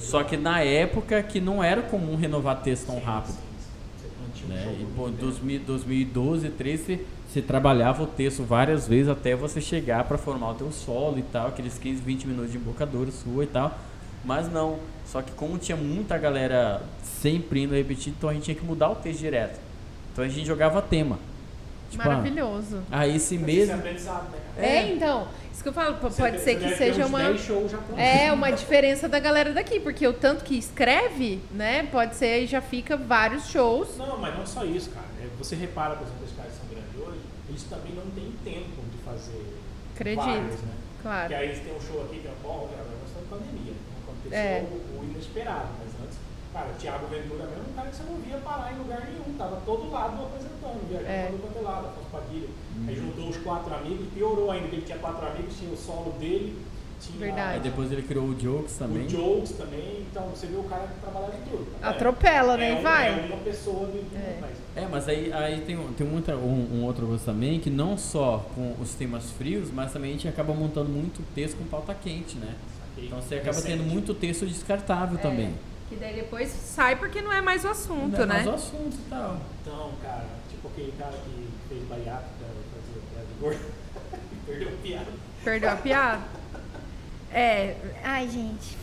Só que na época que não era comum renovar texto tão rápido. Né? E, pô, em 2012, 2013, você trabalhava o texto várias vezes até você chegar para formar o teu solo e tal, aqueles 15, 20 minutos de embocadura sua e tal. Mas não, só que como tinha muita galera sempre indo repetir, então a gente tinha que mudar o texto direto. Então a gente jogava tema. Tipo, Maravilhoso. Esse mesmo. Então, isso que eu falo, pode ser que seja uma diferença da galera daqui, porque o tanto que escreve, né, pode ser e já fica vários shows. Não, mas não só isso, cara. Você repara, por exemplo, os caras que são grandes hoje, eles também não têm tempo de fazer vários, né? Claro. Porque aí tem um show aqui, tem agora nós estamos em pandemia, então aconteceu o inesperado, mas antes, cara, o Thiago Ventura mesmo é um cara que você não via parar em lugar nenhum, tava todo lado apresentando, viajando todo lado, Afonso Padilha. Aí juntou os 4 amigos, piorou ainda, ele tinha 4 amigos, tinha o solo dele, Verdade. Aí depois ele criou o Jokes também. O Jokes também, então você vê o cara que trabalha de tudo. Atropela, né? E vai. É uma pessoa do mas aí tem um outro coisa também, que não só com os temas frios, mas também a gente acaba montando muito texto com pauta quente, né? Então você acaba tendo muito texto descartável também. Que daí depois sai porque não é mais o assunto, não é né? mais o assunto e tal. Então, cara, tipo aquele cara que fez bariátrica, fazer piada de gordo, perdeu a piada. Perdeu a piada? Ai, gente.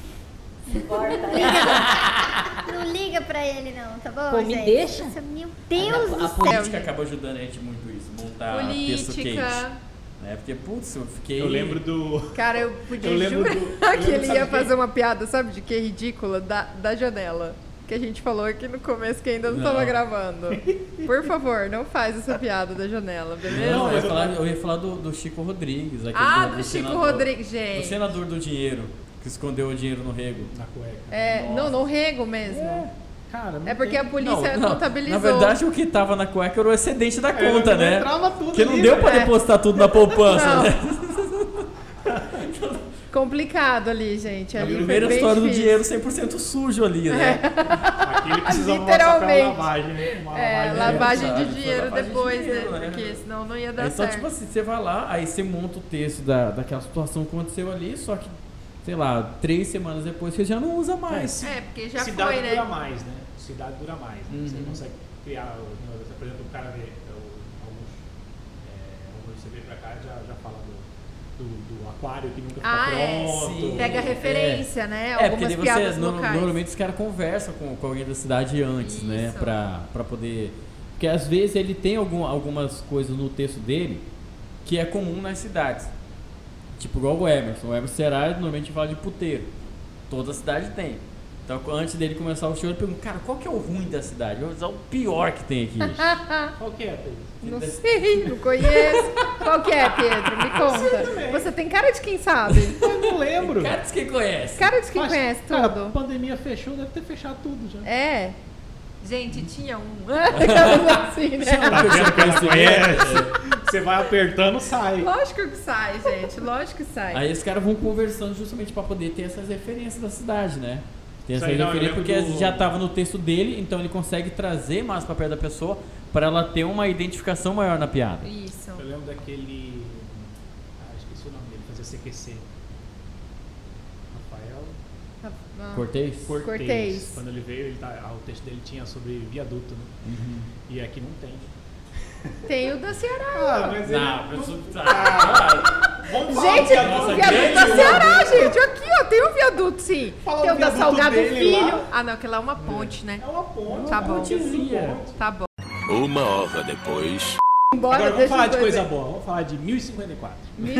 Não liga pra ele não, tá bom, Pô, gente? me deixa. Nossa, meu Deus do A céu. política acaba ajudando a gente muito isso, montar texto quente. Né? Porque, putz, eu fiquei... Eu lembro do... Cara, eu podia jurar que ele ia fazer uma piada, sabe de que? Ridícula, da janela. Que a gente falou aqui no começo que ainda não estava gravando. Por favor, não faz essa piada da janela, beleza? Não, eu ia falar do Chico Rodrigues. Do Chico Rodrigues, gente. O senador do dinheiro, que escondeu o dinheiro no rego. Na cueca. Não, no rego mesmo. Cara, porque a polícia contabilizou. Na verdade, o que tava na cueca era o excedente da conta, né? Entrava tudo porque não ali, deu pra depositar tudo na poupança, né? Complicado ali, gente. Ali a primeira foi bem história difícil. do dinheiro 100% sujo ali, né? Aqui ele precisava literalmente. lavagem, né? Lavagem de dinheiro lavagem depois, de dinheiro, né? né? Porque senão não ia dar Então, certo. tipo assim, você vai lá, aí você monta o texto daquela situação que aconteceu ali, só que, sei lá, 3 semanas depois você já não usa mais. Porque já Cidade foi, né? dura mais, né? Cidade dura mais. Né? Você consegue criar, por exemplo, o cara vê, alguns você vê pra cá já fala do aquário que nunca fica pronto. Sim. Pega referência, né? Porque Algumas piadas locais. Normalmente os caras conversam com alguém da cidade antes, né? Pra poder... Porque às vezes ele tem algumas coisas no texto dele que é comum nas cidades. Tipo igual o Emerson. O Emerson Será normalmente fala de puteiro. Toda cidade tem. Então antes dele começar o show, ele pergunta, cara, qual que é o ruim da cidade? Eu vou usar o pior que tem aqui. Qual que é, Pedro? Não sei, não conheço. Qual que é, Pedro? Me conta. Você tem cara de quem sabe. Eu não lembro. Cara de quem conhece. Cara de quem conhece tudo. Cara, a pandemia fechou, deve ter fechado tudo já. Gente, tinha um. Assim, né? Tá vendo que ela conhece? Você vai apertando, sai. Lógico que sai, gente. Lógico que sai. Aí os caras vão conversando justamente pra poder ter essas referências da cidade, né? Tem essa Isso aí, referência porque já estava no texto dele, então ele consegue trazer mais pra perto da pessoa para ela ter uma identificação maior na piada. Isso. Eu lembro daquele... esqueci o nome dele, fazia CQC. Rafael... Cortez. Quando ele veio, o texto dele tinha sobre viaduto, né? E aqui não tem. Tem o da Ceará. Mas Vamos falar gente, o viaduto da Ceará, gente. Aqui, ó, tem um viaduto, sim. Tem o da Salgado Filho. Lá. Não, aquilo lá é uma ponte, né? É uma ponte. Tá bom. Tá bom. 1 hora depois. Agora vamos falar de coisa boa. Vamos falar de 1054.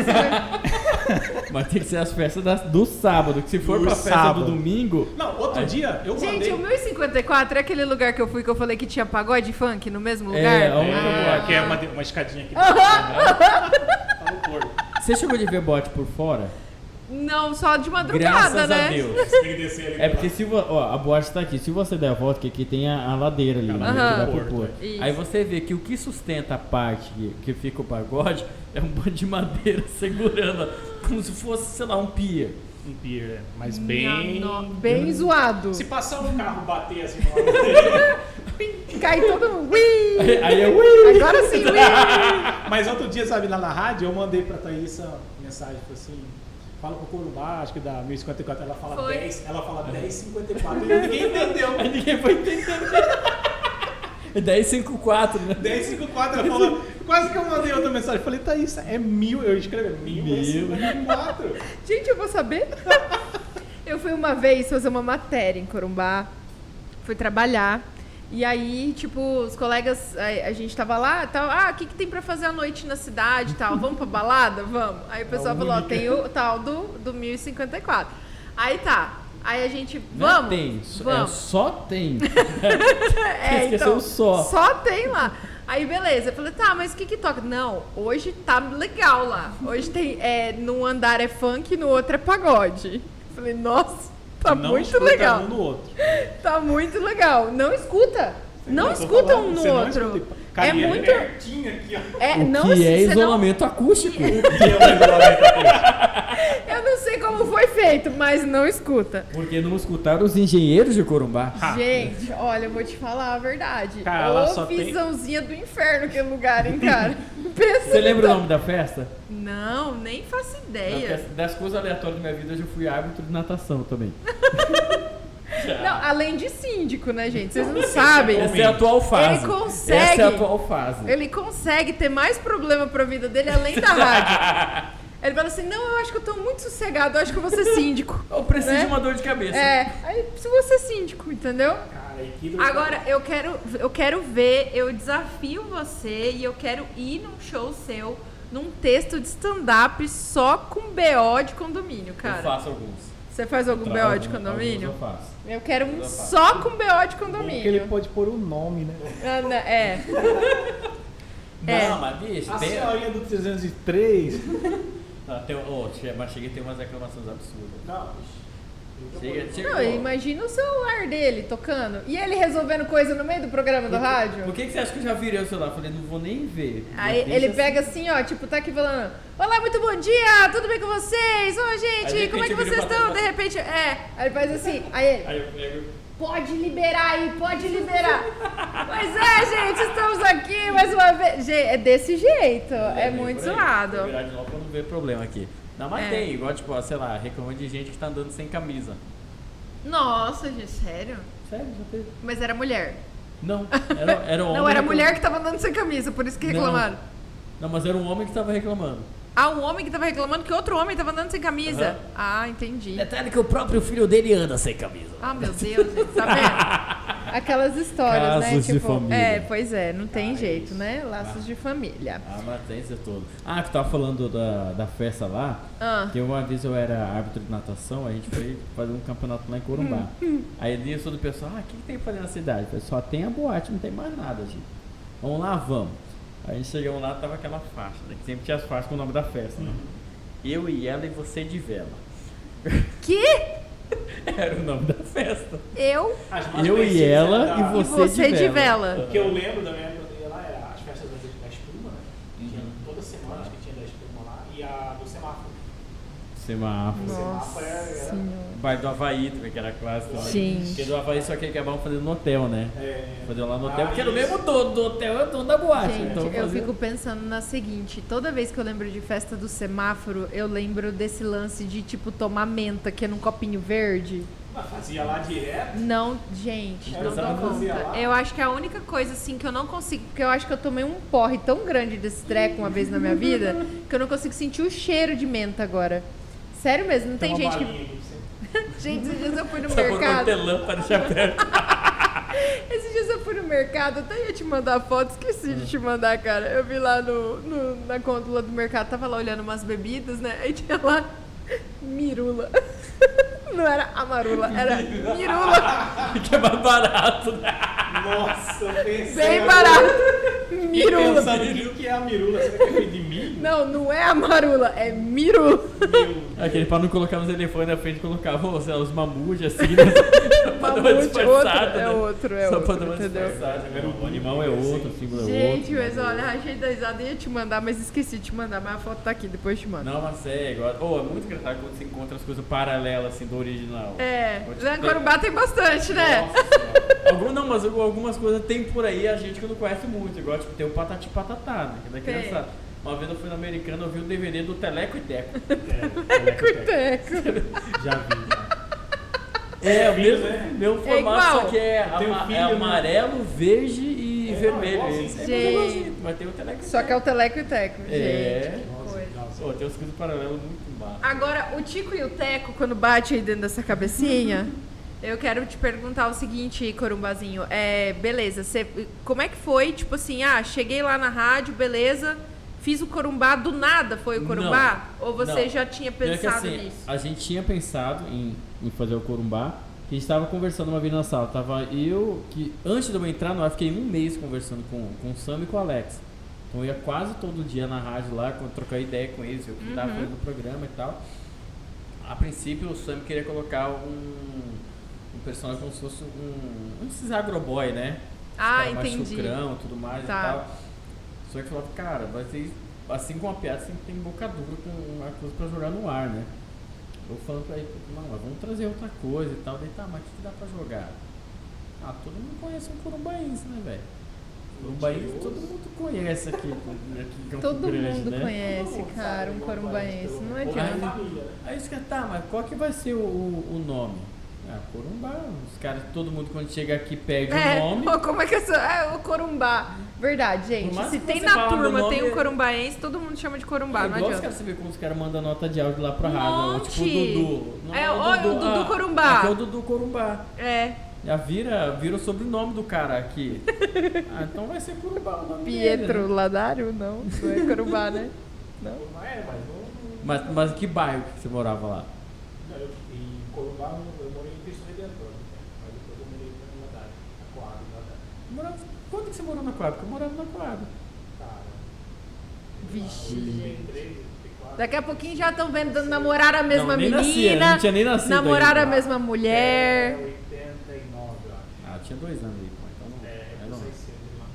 Mas tem que ser as festas do sábado. Que se for pra festa do domingo... Não, outro dia eu mandei... Gente, o 1054 é aquele lugar que eu fui que eu falei que tinha pagode funk no mesmo lugar? Que é uma escadinha aqui. Tá no porto. Você chegou de ver bote por fora? Não, só de madrugada, Graças né? a Deus. É porque a boate tá aqui. Se você der a volta, que aqui tem a ladeira ali, né, que dá pro porto. Aí você vê que o que sustenta a parte que fica o pagode é um bando de madeira segurando, como se fosse, sei lá, um pier. Um pier, mas bem... bem zoado. Se passar um carro bater assim no ladeira... Cai todo mundo. Aí é ui! Agora sim, ui! Mas outro dia, sabe, lá na rádio, eu mandei pra Thaísa mensagem, falei assim... fala com o Corumbá, acho que da 1054, ela fala Foi. 10, ela fala 1054 e ninguém entendeu. Aí ninguém foi entender. É 1054, né? 1054, ela falou, quase que eu mandei outra mensagem, falei, Thaís, é 1000, eu escrevi 1054. Gente, eu vou saber. Eu fui uma vez fazer uma matéria em Corumbá, fui trabalhar, e aí, tipo, os colegas, a gente tava lá, tal, o que tem pra fazer à noite na cidade e tal, vamos pra balada? Vamos. Aí o pessoal falou, ó, tem o tal do 1054. Aí tá. Aí a gente, vamos, Não tem, vamos. só tem. Esqueceu Esqueceu então, só tem lá. Aí beleza, eu falei, tá, mas o que toca? Não, hoje tá legal lá. Hoje tem, num andar é funk, no outro é pagode. Eu falei, nossa, tá Não muito escuta legal. um no outro. Tá muito legal. Não escuta. Não Eu tô escuta falando, um no você não outro. escuta. Cara, É e muito. pertinho aqui, ó. o Não, que é você não- isolamento acústico. Eu não sei como foi feito, mas não escuta. Porque não escutaram os engenheiros de Corumbá. Gente, olha, eu vou te falar a verdade. Cara, ela Ô, só tem- visãozinha do inferno aquele lugar, hein, cara? Pensa Você lembra o no- nome da festa? Não, nem faço ideia. Das coisas aleatórias da minha vida, eu já fui árbitro de natação também. Não, além de síndico, né, gente? Vocês não sabem. Essa é a atual fase. Ele consegue. Essa é a atual fase. Ele consegue ter mais problema pra vida dele além da rádio. Ele fala assim, não, eu acho que eu tô muito sossegado, eu acho que eu vou ser síndico. Eu preciso né? de uma dor de cabeça. Aí se você síndico, entendeu? Cara, e que Agora, eu quero ver, eu desafio você e eu quero ir num show seu, num texto de stand-up só com BO de condomínio, Eu cara. faço alguns. Você faz algum BO de condomínio? Alguns eu faço. Eu quero um só com BO de Porque ele condomínio. pode pôr o nome, né? É. É. Não, mas bicho, A tem... senhorinha do 303. Mas chega a ter umas reclamações absurdas. Não, Chega, Não, imagina o celular dele tocando. E ele resolvendo coisa no meio do programa do rádio. Por que você acha que eu já virei o celular? Falei, não vou nem ver. Aí Já ele deixa pega assim, ó, tipo, tá aqui falando: olá, muito bom dia, tudo bem com vocês? Ô, Aí, de gente, como é que repente, eu vocês viro pra estão? trás, De repente, aí ele faz assim, aí ele: Aí eu pego... pode liberar aí, pode liberar. Pois é, gente, estamos aqui mais uma vez. Gente, é desse jeito, é muito por aí. zoado. Vou virar de novo pra não ver problema aqui. Não, mas É. tem, igual, tipo, ó, sei lá, reclamando de gente que tá andando sem camisa. Nossa, gente, sério? Sério, já teve. Mas era mulher. Não, era um homem. Não, era reclamando. mulher que tava andando sem camisa, por isso que reclamaram. Não, mas era um homem que tava reclamando. Ah, um homem que tava reclamando que outro homem tava andando sem camisa. Aham. Ah, entendi. Detalhe que o próprio filho dele anda sem camisa. Ah, meu Deus, gente, tá vendo? Aquelas histórias, né? Casos de família. Pois é, não tem jeito, né? Laços de família. Ah, mas tem isso tudo. Ah, que tava falando da festa lá, Ah. que uma vez eu era árbitro de natação, a gente foi fazer um campeonato lá em Corumbá. Aí nisso do pessoal, o que tem pra fazer na cidade? Eu falei, só tem a boate, não tem mais nada, gente. Vamos lá, vamos. Aí a gente chegamos lá, tava aquela faixa, né? Que sempre tinha as faixas com o nome da festa, né? Eu e ela e você de vela. Que? Era o nome da festa. Eu As mais Eu e conhecidas ela era da- e e você, você de O vela. que eu lembro da minha época eu ia lá era as festas da espuma, né? Tinha toda semana acho que tinha da espuma lá. E a do semáforo. Semáforo. O semáforo era Bairro do Havaí também, que era clássico. Né? Gente. Porque do Havaí só que acabavam fazendo no hotel, né? Fazer lá no hotel, porque era o isso. mesmo dono do hotel, é o dono da boate. Gente, então eu fazia- fico pensando na seguinte, toda vez que eu lembro de festa do semáforo, eu lembro desse lance de, tipo, tomar menta, que é num copinho verde. Fazia lá direto. Não, gente, Era não o dou que eu fazia conta. lá? Eu acho que a única coisa, assim, que eu não consigo... Porque eu acho que eu tomei um porre tão grande desse treco uma vez na minha vida, que eu não consigo sentir o cheiro de menta agora. Sério mesmo, não tem uma gente que... balinha aqui pra você. Gente, esses dias eu fui no Só botou mercado... hortelã, chapéu. Esses dias eu fui no mercado, até ia te mandar foto, esqueci de te mandar, cara. Eu vi lá na gôndola do mercado, tava lá olhando umas bebidas, né? Aí tinha lá mirula. Não era amarula, era mirula. Que é mais barato, né? Nossa, eu pensei. Bem barato. Fiquei Mirula. pensando o que é a mirula? Será que é feito de milho? Não, não é amarula, é mirula. Aquele pra não colocar os elefantes na frente, colocava sei lá, os mamujas assim, né? Só pra dar uma Mamute, disfarçada, outro, né? é outro, Só pra dar uma entendeu? disfarçada. O animal é outro, o símbolo é outro. Gente, mas né? olha, achei da risada, ia te mandar, mas esqueci de te mandar, mas a foto tá aqui, depois eu te mando. Não, mas é igual. É muito engraçado quando você encontra as coisas paralelas assim do original. É, Pode lá em ter- Corumbá tem bastante, né? Nossa Senhora. Não, mas algumas coisas tem por aí a gente que não conhece muito. Igual, tipo, tem o Patati Patatá, né? Que é Tem. engraçado. Uma vez eu fui no Americano, eu vi o DVD do Teleco e Teco. Teleco e Teco. Já vi, já. É, o filho, meu formato, igual. só que é amarelo, verde e vermelho. igualzinho. Esse. Gente. Mas tem o Teleco e Só que é o Teleco e Teco, É. gente. Que coisa. Pô, tem uns coisas paralelos muito massa. Agora, o Tico e o Teco, quando bate aí dentro dessa cabecinha, eu quero te perguntar o seguinte, Corumbazinho. Beleza, como é que foi? Tipo assim, cheguei lá na rádio, beleza, fiz o Corumbá, do nada foi o Corumbá? Ou você já tinha pensado nisso? A gente tinha pensado em fazer o Corumbá. A gente estava conversando uma vez na sala. Tava eu, que antes de eu entrar no ar, fiquei um mês conversando com o Sam e com o Alex. Então eu ia quase todo dia na rádio lá, trocar ideia com eles, eu que estava fazendo o programa e tal. A princípio o Sam queria colocar um personagem como se fosse um desses agroboy, né? Entendi. Mais chucrão, tudo mais e tal. Só que falava, cara, vai ser assim com a piada, você tem embocadura com uma coisa pra jogar no ar, né? Eu falando pra ele, não, mas vamos trazer outra coisa e tal. Daí, mas o que dá pra jogar? Todo mundo conhece um corumbaense, né, velho? Corumbaense todo mundo conhece aqui em Campo Todo Grande, mundo né? conhece, cara, um corumbaense. Não adianta. Aí os caras, mas qual que vai ser o nome? Corumbá. Os caras, todo mundo quando chega aqui pede o nome. Como é que o Corumbá? Verdade, gente. Se tem na turma, tem um corumbaense, todo mundo chama de Corumbá, não adianta. Os caras, você vê como os caras mandam nota de áudio lá pra rádio. Tipo o Dudu. O Dudu Corumbá. Aqui é o Dudu Corumbá. É. Já vira o sobrenome do cara aqui. Então vai ser Corumbá o nome Pietro dele, né? Ladário? Não é Corumbá, né? Não. Mas que bairro que você morava lá? Em Corumbá eu morei em Cristo Redentor, mas depois eu morei em Ladário, na Coab. Quando que você morou na Coab? Porque eu morava na Coab. Cara, Vixe, 2003, 2004. Daqui a pouquinho já estão vendo namorar a mesma nem menina, nascia, não tinha nem nascido namorar ainda. a mesma mulher. 89, eu acho. Tinha 2 anos aí, pô. Então não. Eu não. saí cedo lá.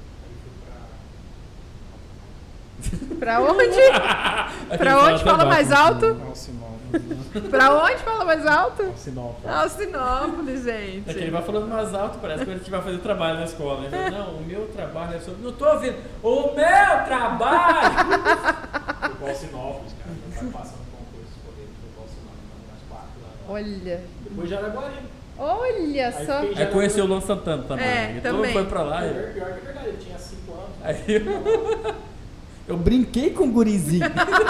Aí fui Pra onde? Pra onde? Fala mais alto? Alcinópolis. Pra onde? Fala mais alto? Alcinópolis. Alcinópolis, gente. É que ele vai falando mais alto, parece que a gente vai fazer trabalho na escola. Ele fala, não, o meu trabalho é sobre. Não tô ouvindo. O meu trabalho! Fui pro Alcinópolis, cara. Meu pai passando um concurso poder pro Alcinópolis, nas 4 lá. Olha. Depois de Araguari. Olha Aí só. fiquei- Aí conheceu o Luan Santana também. É, Então também. foi pra lá. Pior que é verdade, ele tinha 5 anos. Aí eu brinquei com o gurizinho.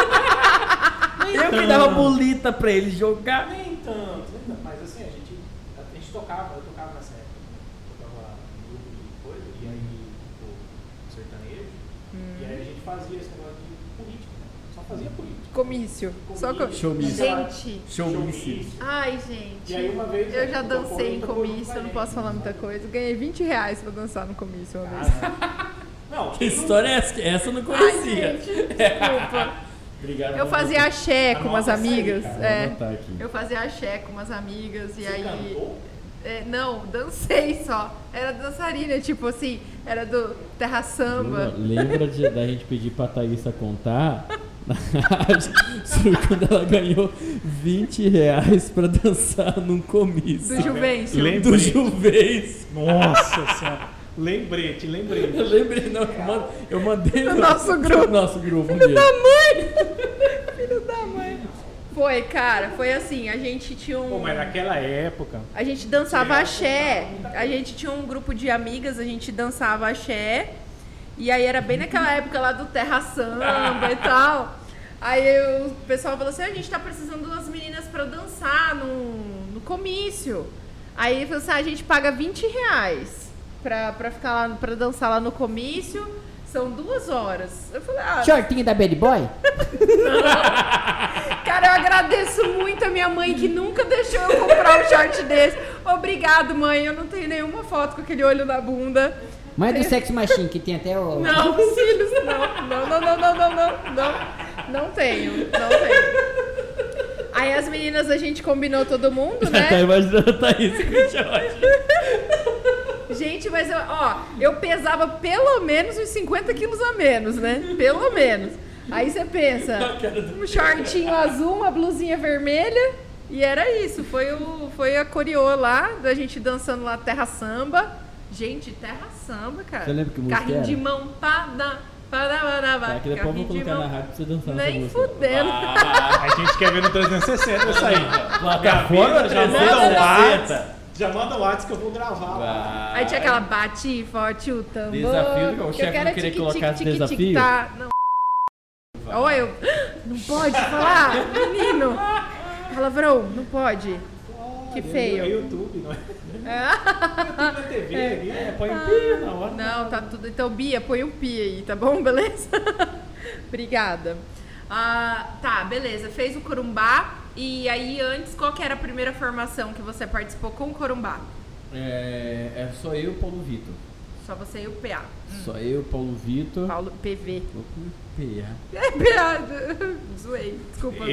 Eu que dava bolita pra ele jogar. Nem tanto, mas assim, a gente tocava, eu tocava nessa época, né? Tocava no grupo de coisa, e aí, tipo, sertanejo, e aí a gente fazia esse negócio de política, né? Só fazia política. Comício. Só Showmício. Gente. Showmício. Ai, gente. E aí uma vez Eu já tocou, dancei em tocou comício, com a eu não posso gente, falar muita sabe? coisa. Ganhei R$20 pra dançar no comício uma vez. Não, Que história é essa? Essa eu não Ai, conhecia. gente, desculpa. Obrigado. Eu fazia axé com umas Anota essa aí, amigas. cara, Vou anotar aqui. Eu fazia axé com umas amigas e Você aí. cantou? Não, dancei só. Era dançarina, tipo assim, era do Terra Samba. Lembra da gente pedir pra Thaísa contar na rádio sobre quando ela ganhou R$20 pra dançar num comício Do Juvencio. Lembra? do Juvencio. Nossa senhora. Lembrete. Eu lembrei, não, eu mandei No nosso grupo. No nosso grupo. Filho da mãe! Filho da mãe. Foi, cara, foi assim, a gente tinha Pô, mas naquela época. A gente dançava axé. A gente tinha um grupo de amigas, a gente dançava axé. E aí era bem naquela época lá do Terra Samba e tal. Aí o pessoal falou assim, a gente tá precisando das meninas pra dançar no comício. Aí ele falou assim, a gente paga R$20 pra ficar lá, pra dançar lá no comício. São 2 horas. Eu falei, Shortinho da Bad Boy? cara, eu agradeço muito a minha mãe que nunca deixou eu comprar um short desse. Obrigado, mãe. Eu não tenho nenhuma foto com aquele olho na bunda. Mãe do Sex Machine, que tem até o... Não, cílios, não tenho. Aí as meninas, a gente combinou todo mundo, Tá né? imaginando a Thaís com o short. Gente, mas eu pesava pelo menos uns 50 quilos a menos, né? Pelo menos. Aí você pensa, um shortinho azul, uma blusinha vermelha, e era isso. Foi a coreô lá, da gente dançando lá Terra Samba. Gente, Terra Samba, cara. Você lembra que música Carrinho era? de mão, pá, Tá, que depois eu vou colocar na rádio pra você dançar nessa Nem música. fudendo. A gente quer ver no 360 isso aí. Plataforma Já manda um 360. WhatsApp. Já manda o WhatsApp que eu vou gravar. Vai. Aí tinha aquela bate forte o tambor. Desafio, o que chefe eu quero não queria colocar esse desafio? Tá. Não. Olha, eu. Não pode falar, menino. Palavrão, não pode. Que feio. É YouTube, não é? YouTube na TV ali. Põe um pi na hora. Não, tá tudo. Então, Bia, põe um pi aí, tá bom? Beleza? Obrigada. Tá, beleza. Fez o Corumbá. E aí, antes, qual que era a primeira formação que você participou com o Corumbá? É só eu e o Paulo Vitor. Só você e o PA. Só eu, Paulo Vitor. Paulo PV. PA. É piada. Zoei, desculpa.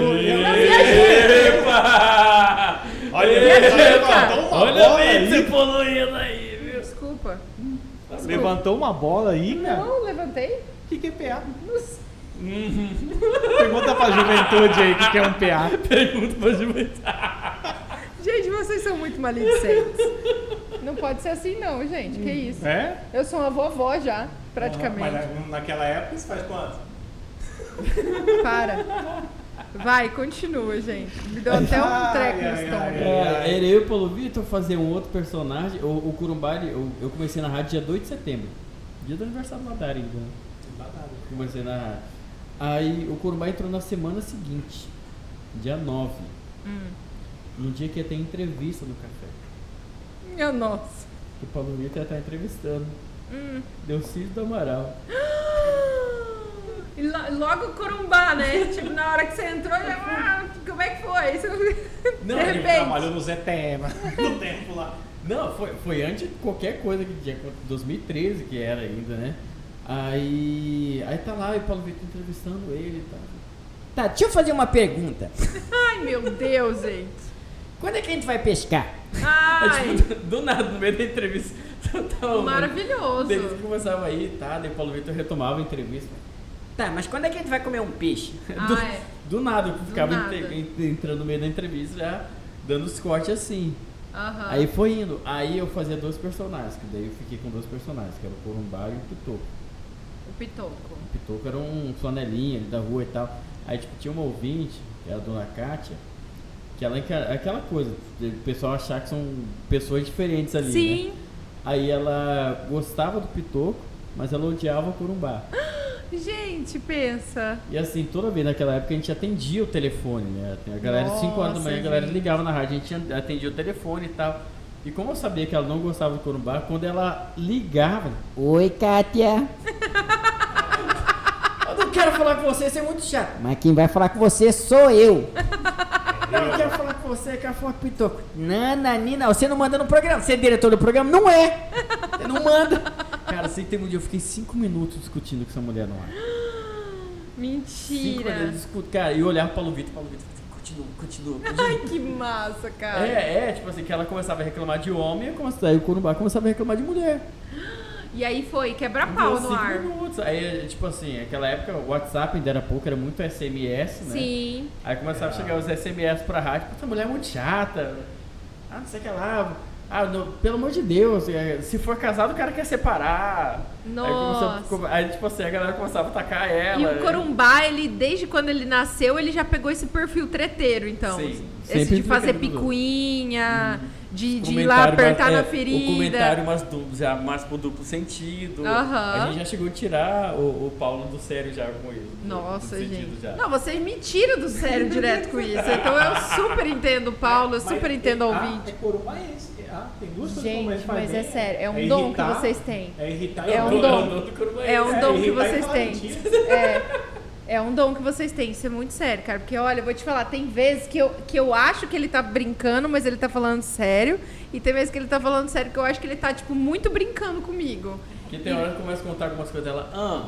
Epa! Olha, levantou uma Olha bola aí, aí. você poluindo aí, viu? Desculpa. Levantou uma bola aí, cara. Não, levantei. O que é PA? Não sei. Pergunta pra juventude aí o que é um PA. Pergunta pra juventude. Gente, vocês são muito maledicentes. Não pode ser assim não, gente. Que isso? É? Eu sou uma vovó já, praticamente. Mas naquela época isso faz quanto? Para. Vai, continua, gente. Me deu até um treco no estômago. Era eu e o Paulo Vitor fazer um outro personagem. O Corumbá, eu comecei na rádio dia 2 de setembro. Dia do aniversário do Madara ainda. Comecei na rádio. Aí o Corumbá entrou na semana seguinte, dia 9. No dia que ia ter entrevista no café. Minha nossa. O Paulo Vitor ia estar entrevistando. Deu Cícero do Amaral. E logo o Corumbá, né? Tipo, na hora que você entrou, já... como é que foi? Não, de ele repente. Trabalhou no ZTM, no tempo lá. Não, foi antes de qualquer coisa que tinha, 2013 que era ainda, né? Aí tá lá e o Paulo Vitor entrevistando ele e tal. Tá, deixa eu fazer uma pergunta. Ai, meu Deus, gente. Quando é que a gente vai pescar? Ai, Do nada, no meio da entrevista. maravilhoso. Eles começavam aí, tá? Daí o Paulo Vitor retomava a entrevista. Tá, mas quando é que a gente vai comer um peixe? Do nada, eu ficava nada. entrando no meio da entrevista já dando os cortes assim. Aham. Aí foi indo. Aí eu fazia 2 personagens, que daí eu fiquei com 2 personagens, que era o Corumbá e o Pitoco. O Pitoco. O Pitoco era um flanelinha ali da rua e tal. Aí tipo, tinha uma ouvinte, que era a dona Kátia, que ela aquela coisa, o pessoal achar que são pessoas diferentes ali, Sim. né? Aí ela gostava do Pitoco, mas ela odiava o Corumbá. Gente, pensa. E assim, toda vez naquela época a gente atendia o telefone, né? A galera, 5 horas da manhã, a galera gente. ligava na rádio, a gente atendia o telefone e tal. E como eu sabia que ela não gostava do Corumbá, quando ela ligava, Oi, Kátia. eu não quero falar com você é muito chato. Mas quem vai falar com você sou eu. Eu não quero falar com você, eu quero falar com o Pitoco. Nananina, você não manda no programa. Você é diretor do programa? Não é. Você não manda. Cara, assim, tem um dia eu fiquei 5 minutos discutindo com essa mulher no ar. 5 Mentira. minutos discutindo. Cara, e eu olhava pro Paulo Vitor continua. Ai, que massa, cara. Tipo assim, que ela começava a reclamar de homem, aí o Corumbá começava a reclamar de mulher. E aí foi, quebra-pau no 5 ar. minutos. Aí, tipo assim, naquela época o WhatsApp ainda era pouco, era muito SMS, né? Sim. Aí começava a chegar os SMS pra rádio, puta, mulher é muito chata. Não sei o que lá. Pelo amor de Deus, se for casado o cara quer separar. Nossa. Aí tipo assim, a galera começava a atacar ela. E o Corumbá, ele, desde quando ele nasceu, ele já pegou esse perfil treteiro, então. Sim, Esse sempre de fazer entregando. picuinha, de ir lá apertar na ferida. O comentário mais pro duplo sentido. Aham. A gente já chegou a tirar o Paulo do sério já com ele. Nossa, do sentido gente. já. Não, vocês me tiram do sério direto com isso. Então eu super entendo o Paulo, eu super entendo o ouvinte. É corumbaense. Tem duas coisas que o Gente, corumbaense faz mas bem. é sério, é um dom que irritar, vocês têm. É irritar É e um dom. do Corumbá. É um dom que irritar e vocês falar têm. mentira. É um dom que vocês têm, isso é muito sério, cara. Porque, olha, eu vou te falar, tem vezes que eu acho que ele tá brincando, mas ele tá falando sério. E tem vezes que ele tá falando sério, que eu acho que ele tá, tipo, muito brincando comigo. Que tem hora que começa a contar algumas coisas dela.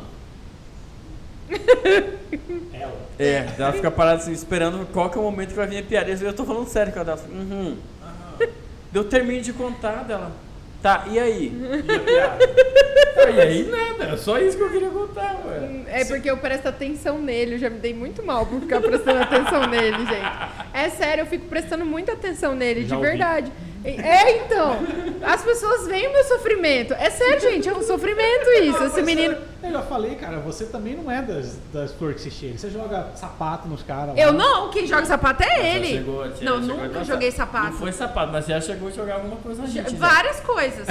Ela fica parada assim, esperando qual que é o momento que vai vir a piada. E eu tô falando sério com ela. Ela fala, Eu termino de contar dela. Tá, e aí? E a piada? E aí nada, é só isso que eu queria contar, ué. É porque eu presto atenção nele, eu já me dei muito mal por ficar prestando atenção nele, gente. É sério, eu fico prestando muita atenção nele, Já de ouvi. verdade. Então, as pessoas veem o meu sofrimento. É sério, gente, é um sofrimento isso. Esse menino... Eu já falei, cara, você também não é das flores que se chega. Você joga sapato nos caras. Eu não, quem joga sapato é ele. Não, chegou nunca joguei sapato. Não foi sapato, mas você já chegou a jogar alguma coisa na gente. Várias coisas.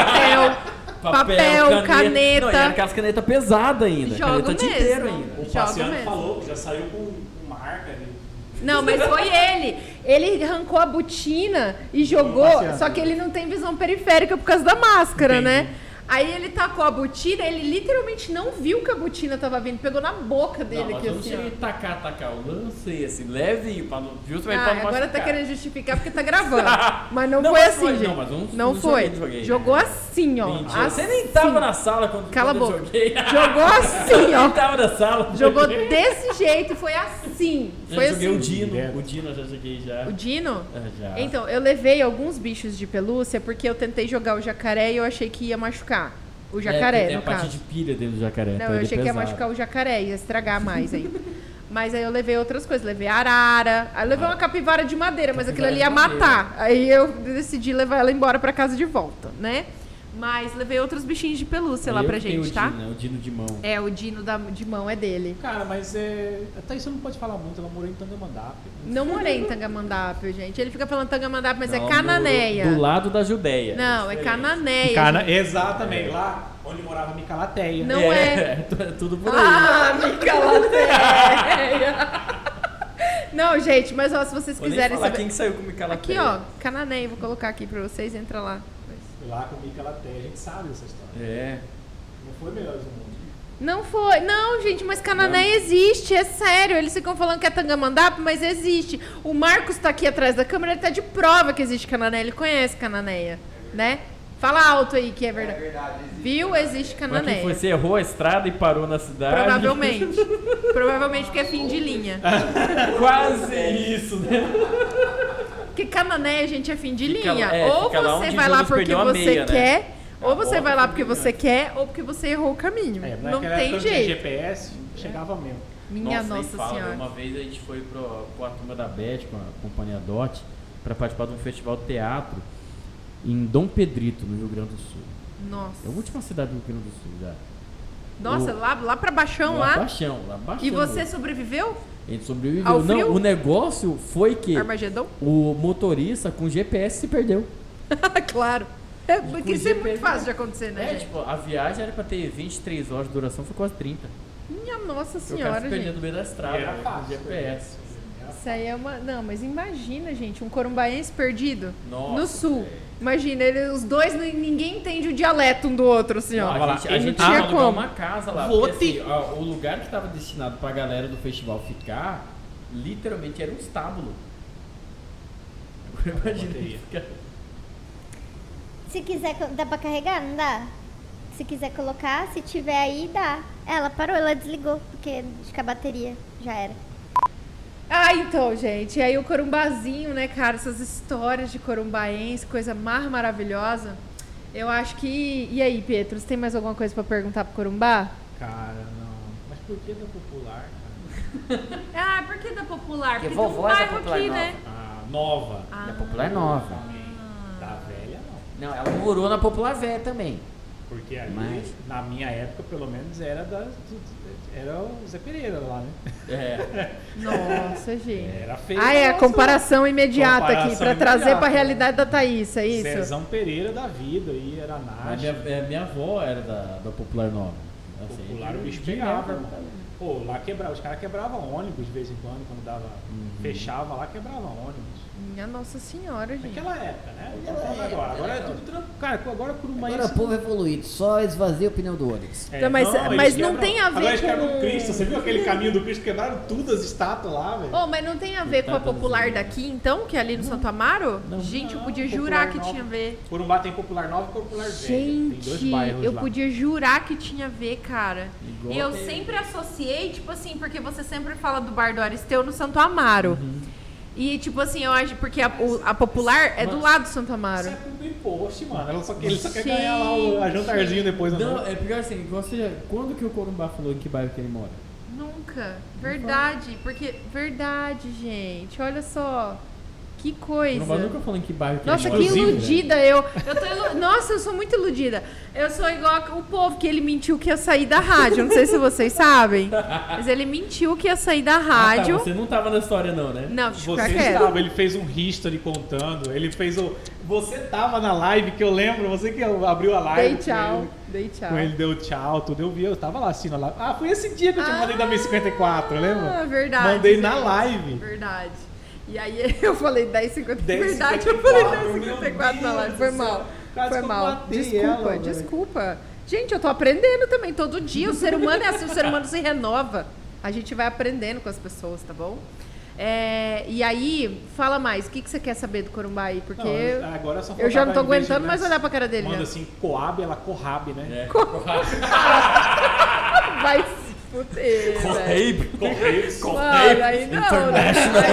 Papel, caneta. Não, e era aquelas canetas pesadas ainda. Jogo caneta mesmo. tinteiro ainda. O Jogo Paciano mesmo. falou que já saiu com marca ali. Não, mas foi ele. Ele arrancou a botina e jogou, só que ele não tem visão periférica por causa da máscara, né? Aí ele tacou a botina, ele literalmente não viu que a botina tava vindo, pegou na boca dele Não, aqui mas eu não assim. cheguei a tacar, eu lancei assim, levinho, justamente pra não Agora machucar. tá querendo justificar porque tá gravando. Mas não, Não, foi mas assim, foi, gente. não, mas não foi. joguei. Jogou assim, ó. Mentira, Assim. você nem tava na sala quando Cala a eu boca. joguei. Jogou assim, Nem ó. tava na sala. Jogou desse jeito e foi assim. Já Foi joguei assim. o Dino eu já joguei já. O Dino? Já. Então, eu levei alguns bichos de pelúcia porque eu tentei jogar o jacaré e eu achei que ia machucar. O jacaré, tem no a parte caso. de pilha dentro do jacaré. Não, então eu ele é achei que ia pesado. machucar o jacaré, ia estragar mais ainda. Mas aí eu levei outras coisas, levei arara, aí eu levei uma capivara de madeira, mas aquilo ali ia Capivara de matar. Aí eu decidi levar ela embora pra casa de volta, né? Mas levei outros bichinhos de pelúcia lá Eu pra que tenho gente, o tá? Dino, né? O Dino de mão. É, o Dino de mão é dele. Cara, mas até isso não pode falar muito, ela morou em Tangamandapé. Não morei em Tangamandapé, gente. Ele fica falando Tangamandapé, mas Não, é Cananéia. Do lado da Judéia. Não, é diferente. Cananéia. gente. Exatamente, lá onde morava Micalateia. Não é. Tudo por aí. Ah, Micalateia. Não, gente, mas ó, se vocês Vou nem quiserem falar saber... quem que saiu com o Aqui, Micalateia. ó, Cananéia, vou colocar aqui pra vocês, entra lá. Lá com Micalateia, a gente sabe dessa história. É. Não foi Melhores do Mundo. Não foi. Não, gente, mas Cananéia existe, é sério. Eles ficam falando que é Tangamandapé, mas existe. O Marcos tá aqui atrás da câmera, ele tá de prova que existe Cananéia. Ele conhece Cananéia, né? Fala alto aí que é verdade. Viu? Existe Mas que Cananéia. foi? Você errou a estrada e parou na cidade? Provavelmente. Provavelmente porque é fim de linha. Quase isso, né? Porque Cananéia, gente, é fim de Fica- linha. é, Ou fica lá você onde vai lá Judas porque perdeu a você meia, né? quer, ou você volta vai lá foi porque brilhante. você quer, ou porque você errou o caminho. Não naquela tem época tinha jeito. GPS, chegava mesmo. Minha nem Nossa fala, Senhora. Uma vez a gente foi com a turma da Beth, com a companhia DOT, para participar de um festival de teatro em Dom Pedrito, no Rio Grande do Sul. Nossa. É a última cidade do Rio Grande do Sul já. Nossa, lá pra baixão lá. Lá baixão. E você sobreviveu? A gente sobreviveu. Ao Não, frio? o negócio foi que Armagedon? o motorista com GPS se perdeu. Claro. É, porque isso é muito GPS, fácil de acontecer, né, gente? tipo, a viagem era pra ter 23 horas de duração, foi quase 30. Minha Nossa O cara Senhora, se perdeu gente. no meio da estrada, Era né, fácil. com GPS. Isso aí é uma... Não, mas imagina, gente, um corumbaense perdido Nossa, no sul. velho. Imagina, os dois, ninguém entende o dialeto um do outro, assim, ó. Não, a gente não tinha alugou como. uma casa lá. Vou Porque, assim, ó, o lugar que estava destinado pra galera do festival ficar, literalmente era um estábulo. Agora imagina bateria. ficar. Se quiser, dá pra carregar? Não dá? Se quiser colocar, se tiver aí, dá. Ela parou, ela desligou, porque acho que a bateria já era. Ah, então, gente. E aí o corumbazinho, né, cara? Essas histórias de corumbaense, coisa mais maravilhosa. Eu acho que... E aí, Pedro, você tem mais alguma coisa pra perguntar pro Corumbá? Cara, não. Mas por que da popular, cara? Ah, por que da popular? Porque Porque tem um vovó é da bairro Popular aqui, Nova. né? Nova. Da Popular Nova. Da velha, não. Não, ela morou na Popular Velha também. Porque ali, Mas- na minha época, pelo menos, era era o Zé Pereira lá, né? É. Nossa, gente. Era feio. Ah, é a nossa, comparação imediata aqui, Comparação pra trazer imediata. pra realidade da Thaís, é isso? Zezão Pereira da vida, aí era A Nath. minha avó era da Popular Nova. Assim, Popular, o bicho direto, pegava, né? irmão. Pô, lá quebrava, os caras quebravam ônibus de vez em quando dava, fechava lá, quebrava ônibus. Minha Nossa Senhora, gente. Naquela época, né? Não tô falando agora. Agora é tudo tranquilo. Cara, agora o Curumbaense... Agora o povo evoluído, só esvazia o pneu do ônibus. É, Então, mas eles não quebram- tem a ver agora eles quebram com- o Cristo. Você viu aquele caminho do Cristo? Quebraram tudo as estátuas lá, velho. Oh, mas não tem a ver com a popular daqui, então? Que é ali no Santo Amaro? Gente, eu podia Popular jurar que Nova. tinha a ver. Corumbá tem Popular Nova e Popular Velha. Tem dois Gente, bairros eu lá. podia jurar que tinha a ver, cara. Igual E eu tem- sempre associei, tipo assim, porque você sempre fala do bar do Aristeu no Santo Amaro. E, tipo assim, eu acho, porque a popular é do lado do Santo Amaro. Isso é tudo imposto, mano. Ele só quer ganhar lá a jantarzinho depois. Não, é pior assim, quando que o Corumbá falou em que bairro que ele mora? Nunca. Verdade. Porque, verdade, gente. Olha só. Que coisa. Corumbá nunca falou em que bairro que Nossa, ele que mora. iludida Nossa, eu sou muito iludida. Eu sou igual o povo que ele mentiu que ia sair da rádio. Não sei se vocês sabem. Mas ele mentiu que ia sair da rádio. Você não tava na história não, né? Não, deixa eu ficar Você quieto. estava, ele fez um history contando, ele fez o... Você tava na live, que eu lembro, você que abriu a live. Dei tchau. Com ele deu tchau, tudo. Eu tava lá assistindo a live. Ah, foi esse dia que eu te mandei da B54, lembra? Ah, verdade. Mandei na gente. live. Verdade. E aí eu falei 10h54. 10h54, Verdade, eu falei meu 10h54 na live. Deus Foi do mal. céu. Quase Foi que eu mal. matei Desculpa, ela, velho. desculpa. Gente, eu tô aprendendo também. Todo dia o ser humano é assim, o ser humano se renova. A gente vai aprendendo com as pessoas, tá bom? E aí, fala mais. O que você quer saber do Corumbá aí? Porque Não, agora só eu já não tô faltava, em vez de, aguentando mais olhar pra cara dele. Manda Já. assim, Coab, ela Coab, né? Vai se fuder, velho. Correios. Mano, aí não, né?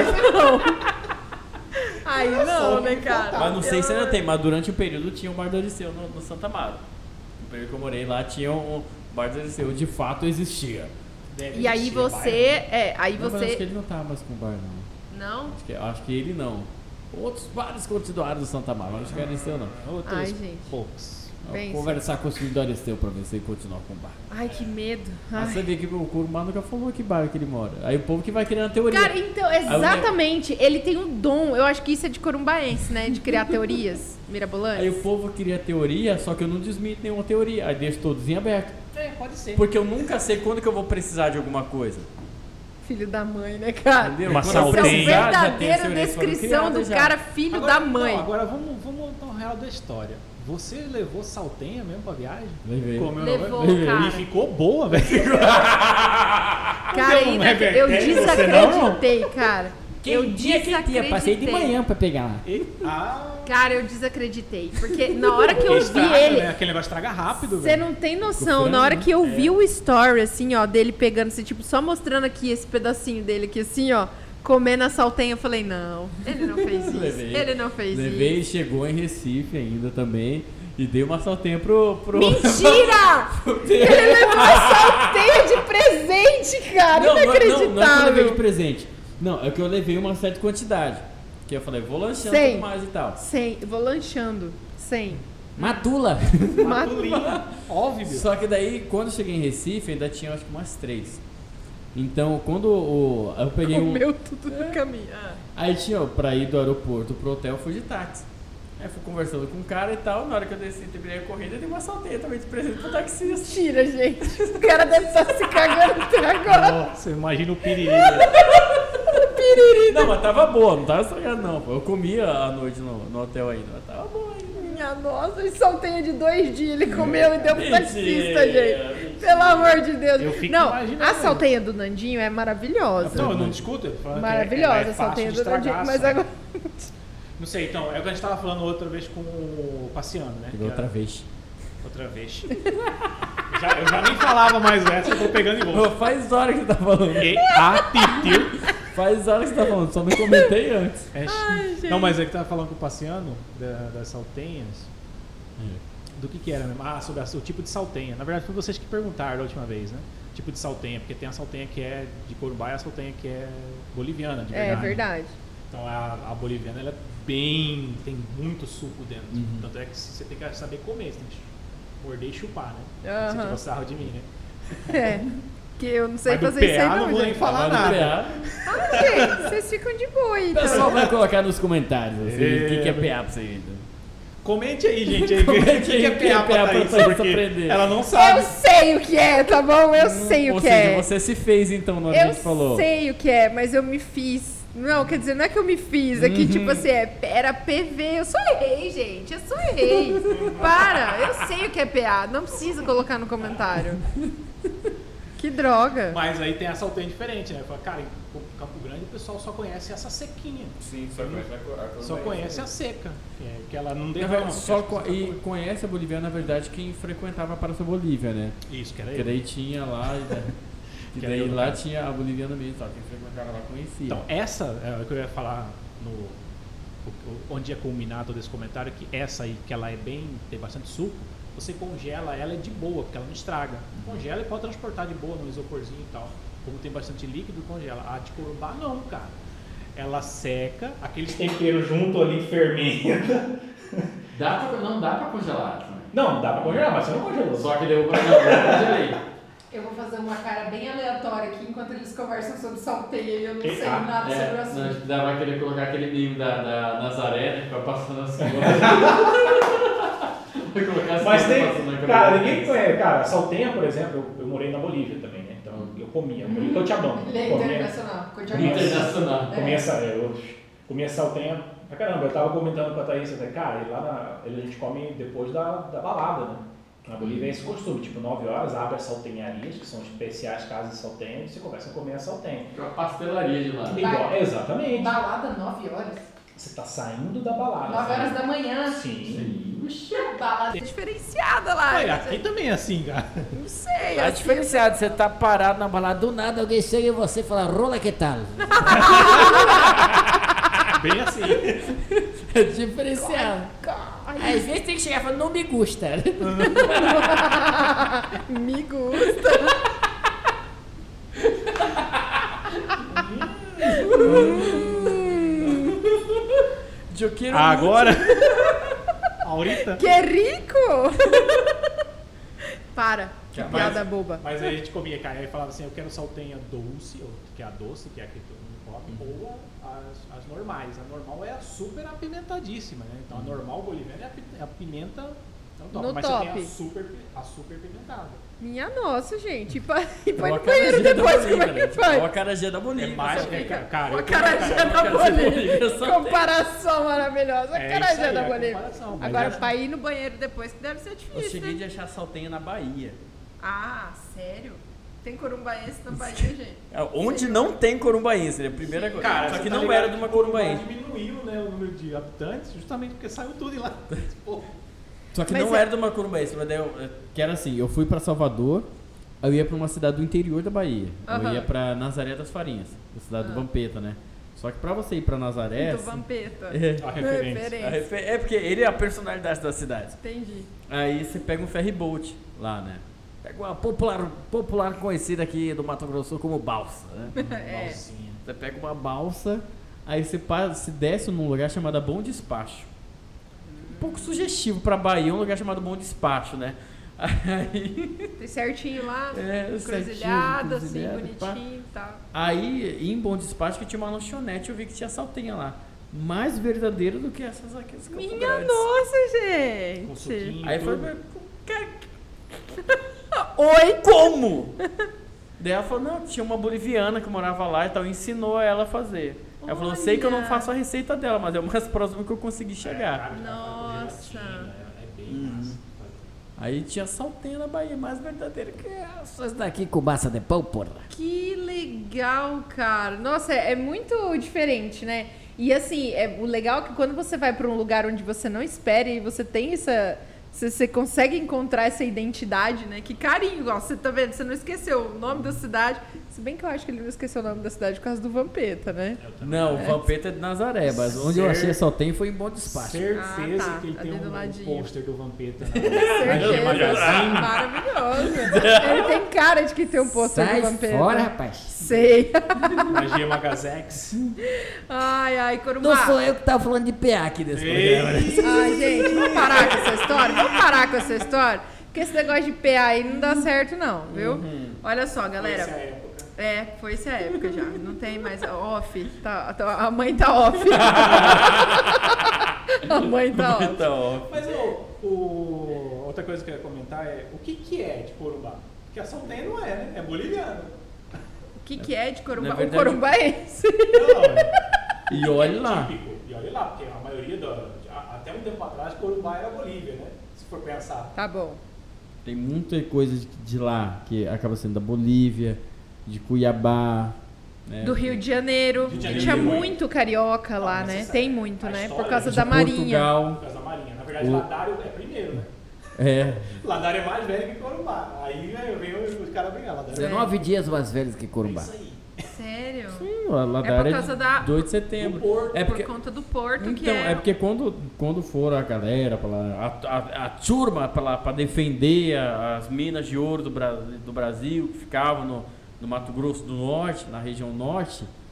Aí não, né, cara? Mas não sei se ainda tem, mas durante um período tinha um bar do Ariceu no Santa Amaro. No período que eu morei lá tinha um bar do Ariceu, de fato existia. E aí você. Aí Não, mas acho que você. ele não tá mais com o bar, não. Não? Acho que ele não. Outros bares continuaram do Santa Amaro, mas acho que o Ariceu não. Outros Ai, gente. poucos. Vou Pensa. conversar com o filho do Aristeu pra ver se ele continua com o bar. Ai, que medo. Mas Ai. você vê que o Corumbá nunca falou que bairro que ele mora. Aí o povo que vai criando a teoria. Cara, então, exatamente. Ele tem um dom. Eu acho que isso é de corumbaense, né? De criar teorias mirabolantes. Aí o povo cria teoria, só que eu não desminto nenhuma teoria. Aí deixo todos em aberto. Pode ser. Porque eu nunca sei quando que eu vou precisar de alguma coisa. Filho da mãe, né, cara? Entendeu? Uma Quando eu Essa é a salteia. precisar, já tem as verdadeira teorias que foram descrição do criadas já. cara filho Agora, da mãe. Não, agora vamos ao real da história. Você levou saltenha mesmo pra viagem? Levei. Comeu Levou, não, cara. E ficou boa, velho. Cara, Não, ainda Revertério, eu você desacreditei, cara. Eu dia que ele tinha? Passei de desacreditei. manhã pra pegar lá. Cara, eu desacreditei. Porque na hora que eu vi estraga, ele. né? Aquele negócio estraga rápido, Você velho. não tem noção, frango, na hora né? que eu vi o story, assim, ó, dele pegando, assim, tipo, só mostrando aqui esse pedacinho dele aqui, assim, ó, comendo a saltenha, eu falei, não, ele não fez isso, Levei. ele não fez Levei isso. e chegou em Recife ainda também. E dei uma saltenha pro... Mentira! Ele levou a saltenha de presente, cara, Não é que eu inacreditável. levei de presente. Não, é que eu levei uma certa quantidade. Que eu falei, vou lanchando 100. tudo mais e tal. 100, eu vou lanchando, 100. Matula. Matulinha, óbvio. Só que daí, quando eu cheguei em Recife, ainda tinha acho que umas 3. Então, quando eu peguei Comeu tudo no caminho. Ah. Aí tinha, pra ir do aeroporto pro hotel, eu fui de táxi. Aí fui conversando com o cara e tal. Na hora que eu desci, terminei a corrida, dei uma salteia também de presente pro taxista. Mentira, gente. O cara deve estar se cagando até agora. Nossa, imagina o piriri. Não, mas tava boa, não tava estragado não. Pô. Eu comia à noite no hotel ainda, mas tava boa ainda. Minha nossa, e saltenha de 2 dias ele comeu e deu pro taxista, Mentira, gente. mentira. Pelo amor de Deus. Eu fico Não, imaginando. a saltenha do Nandinho é maravilhosa. Não, eu não discuto. eu tô falando que Maravilhosa é a fácil saltenha de do Nandinho. estragar, Mas sabe? agora. Não sei, então, é o que a gente tava falando outra vez com o Paciano, né? Pegou Que outra era- vez. Outra vez. eu já nem falava mais essa, eu tô pegando de volta. Pô, faz hora que você tá falando. E atitiu. Faz hora que você tá falando, só não comentei antes. Não, mas é que tava falando com o Paciano das saltenhas. Do que era mesmo? Ah, sobre o tipo de saltenha. Na verdade, foi vocês que perguntaram da última vez, né? Tipo de saltenha, porque tem a saltenha que é de Corumbá e a saltenha que é boliviana, de verdade. É verdade. Então a boliviana, ela é bem... tem muito suco dentro. Tanto é que você tem que saber comer, você tem que morder e chupar, né? Você Aham. tirou sarro de mim, né? É. Que eu não sei Mas do fazer isso aí PA não, não vou nem gente. falar Agora no nada. PA, Ah, gente, vocês ficam de boa aí, o pessoal então. vai colocar nos comentários assim, É. o que é PA pra você ainda. Comente aí, gente. Aí, Comente o que aí é o que é PA pra PA pra Thaís, Thaís porque aprender. ela não Eu sabe. sei o que é, tá bom? Eu sei o Ou que seja, é. você se fez então, na hora que a Eu gente falou. sei o que é, mas eu me fiz. Não, quer dizer, não é que eu me fiz, é que tipo assim, era PV. Eu só errei, gente. Eu só errei. Para, eu sei o que é PA. Não precisa colocar no comentário. Que droga. Mas aí tem a saltenha diferente, né? Fala, cara, em Campo Grande o pessoal só conhece essa sequinha. Sim, Só conhece a seca. Que ela não deu E conhece a boliviana, na verdade, quem frequentava para essa Bolívia, né? Isso, que era Porque ele. daí tinha lá, e Que daí era eu, lá cara. tinha a boliviana mesmo, só quem frequentava lá conhecia. Então, essa é o que eu ia falar onde ia culminar todo esse comentário, que essa aí, que ela é bem, tem bastante suco, você congela ela de boa, porque ela não estraga. Congela e pode transportar de boa no isoporzinho e tal. Como tem bastante líquido, congela. A de Corumbá não, cara. ela seca, aqueles temperos junto ali fermenta. Não dá pra congelar também. Não, dá pra congelar, mas você não congelou. Só que eu congelei. Eu vou fazer uma cara bem aleatória aqui enquanto eles conversam sobre salteia e eu não sei Ah, nada sobre o assunto. Nós dava querer colocar aquele meme da Nazaré, né? Ficar passando as coisas. Vai colocar as Mas coisas tem, passando na cabeça. cara, ninguém conhece. Cara, saltenha, por exemplo, eu morei na Bolívia também, né? Então eu comia Cochabamba. Ele é internacional. Internacional. Eu comia saltenha pra caramba. Eu tava comentando com a Thaís, até, cara, e lá a gente come depois da balada, né? Na Bolívia é esse costume, tipo 9 horas abre as saltenharias, que são especiais casas de saltenha, e você começa a comer a saltenha. É uma pastelaria de lá. Igual, exatamente. Balada 9 horas? Você tá saindo da balada. 9 horas da manhã. Sim. Balada diferenciada lá. Olha, aqui também é assim, cara. Não sei. É diferenciado, você tá parado na balada, do nada alguém chega em você e fala, rola que tal? Bem assim. É diferenciado. Às vezes tem que chegar e falar, não me gusta. Me gusta. Eu quero Agora. Ahorita. Que rico! Para. Que piada boba. Mas aí a gente comia, cara, aí falava assim, eu quero saltenha doce, que é a doce, que é a que todo mundo come, ou as normais. A normal é a super apimentadíssima, né? Então a normal boliviana é a pimenta top, No mas top. você tem a super pimentada. Minha nossa, gente. E põe É o no banheiro depois, como é que É o faz? acarajé da Bolívia. É mais, sabe? cara, O eu acarajé da acarajé da Bolívia. Bolívia, só tem. Comparação maravilhosa. É Acarajé isso aí, da é Bolívia. comparação, mas Agora, acho- pra ir no banheiro depois, que deve ser Eu difícil, cheguei né? de achar saltenha na Bahia. Ah, sério? Tem corumbaense na Bahia, gente? Onde não tem corumbaense, seria a primeira coisa. Cara, Só você que tá não ligado era de uma que Corumbá corumbaense. diminuiu, né, o número de habitantes, justamente porque saiu tudo de lá. Pô. Só que Mas não é- era de uma corumbaense, mas daí que era assim, eu fui pra Salvador, aí eu ia pra uma cidade do interior da Bahia. Aham. Eu ia pra Nazaré das Farinhas, a cidade do Ah. Vampeta, né? Só que pra você ir pra Nazaré... Do Vampeta. É, A referência. é porque ele é a personalidade da cidade. Entendi. Aí você pega um ferry boat lá, né? Pega uma popular conhecida aqui do Mato Grosso como balsa, né? É. Balsinha. Você pega uma balsa, aí você se desce num lugar chamado Bom Despacho. Um pouco sugestivo pra Bahia, um lugar chamado Bom Despacho, né? Aí, Tem certinho lá, certinho, encruzilhada, assim, encruzilhada, pá. bonitinho e tal. aí em Bom Despacho que tinha uma lanchonete, eu vi que tinha saltenha lá. Mais verdadeira do que essas aqui dos Campo Minha Grandes. nossa, Com gente! suquinho. Aí foi, tudo. cara, Oi! como? Daí ela falou, não, tinha uma boliviana que morava lá e tal, ensinou ela a fazer. Ela falou, eu sei que eu não Olha. faço a receita dela, mas é o mais próximo que eu consegui chegar. Cara, Nossa. É bem massa. Aí tinha saltenha na Bahia, mais verdadeira que essa. Essas daqui com massa de pão, porra. Que legal, cara. Nossa, é muito diferente, né? E assim, o legal é que quando você vai pra um lugar onde você não espera e você tem essa... Você consegue encontrar essa identidade, né? Que carinho, ó, você tá vendo? Você não esqueceu o nome da cidade. Se bem que eu acho que ele não esqueceu o nome da cidade por causa do Vampeta, né? Não, o Vampeta é de Nazaré, mas onde eu achei saltenha foi em Bom Despacho. Certeza Ah, tá. que ele Tá tem ali do um ladinho. pôster do Vampeta. Certeza. Maravilhoso. Ele tem cara de que tem um pôster do Sai Vampeta. fora, rapaz. Sei. Magia Magazex. Ai, Corumbá. Não sou eu que tava falando de PA aqui desse programa. né? Ai, gente, vamos parar com essa história? Vamos parar com essa história? Porque esse negócio de PA aí não dá certo, não, viu? Olha só, galera. Essa época. Foi essa época já. Não tem mais. Off. A mãe tá off. A mãe tá off. Então, Mas outra coisa que eu ia comentar é o que é de Corumbá? Porque a saltenha não é, né? É boliviana. O que é de Corumbá? Na O verdade- corumbaense. Não, e olha lá. típico. E olha lá, porque a maioria até um tempo atrás Corumbá era Bolívia, né? Se for pensar. Tá bom. Tem muita coisa de lá que acaba sendo da Bolívia, de Cuiabá. Né? Do Rio de Janeiro. Rio de Que Janeiro tinha tem muito. muito carioca lá, mas né? você sabe, Tem muito, a né? história Por causa de da Marinha. Portugal. Por causa da Marinha. Na verdade, O- Ladário é primeiro, né? É. Ladário é mais velho que Corumbá. Aí vem os caras bem lá. Ladário 19 dias mais velhos que é Corumbá. isso aí. Sério? Lá É por causa da- 2 de setembro. Do Porto. É porque, Por conta do porto que então, é. é porque quando for a galera, a turma para defender as minas de ouro do Brasil, que ficavam no Mato Grosso do Norte, na região norte,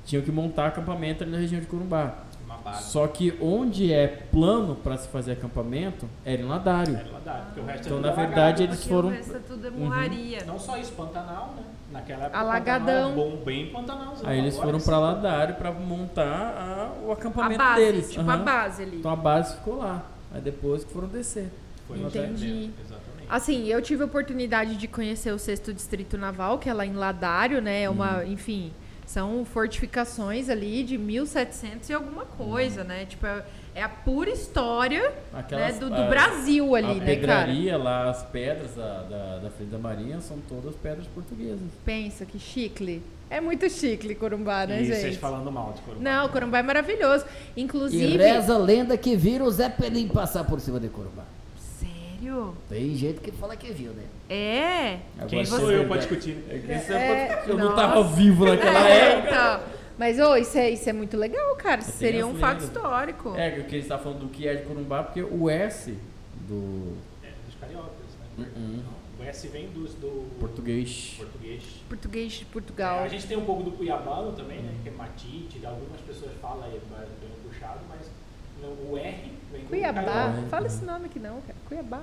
tinham que montar acampamento ali na região de Corumbá. Uma base. Só que onde é plano para se fazer acampamento era em Ladário. Era Ladário, porque o resto Então, é na tudo verdade, alagado. eles Porque foram- o resto é tudo é morraria. Não só isso, Pantanal, né? Naquela época Alagadão. o Pantanal é bom, bem Pantanalzão. Aí eles Agora foram sim. para Ladário para montar o A acampamento base, deles. tipo a Aham. base ali. Então a base ficou lá. Aí depois que foram descer. Foi Entendi. Exatamente. Assim, eu tive a oportunidade de conhecer o 6º Distrito Naval, que é lá em Ladário, né? É uma, enfim, são fortificações ali de 1700 e alguma coisa, né? Tipo, é a pura história, né, do Brasil ali, a né, cara? pedraria lá, as pedras da frente da Marinha são todas pedras portuguesas. Pensa que chicle. É muito chicle Corumbá, né, E gente? vocês falando mal de Corumbá. Não, Corumbá é maravilhoso. E Inclusive... reza a lenda que viram o Zeppelin passar por cima de Corumbá. Sério? Tem gente que fala que viu, né? É? Quem Agora, sou eu pra discutir? Eu não nossa. tava vivo naquela época. Então. Mas, isso é muito legal, cara. Isso Tem seria as um fato lendas. histórico. É, que eles estavam falando do que é de Corumbá, porque o S do Dos cariocas, né? O S vem do português. Português de Portugal. A gente tem um pouco do cuiabano também, né? Que é matite, algumas pessoas falam aí, bem puxado, mas o R vem do Cuiabá. carioca. Fala esse nome aqui não, cara. Cuiabá.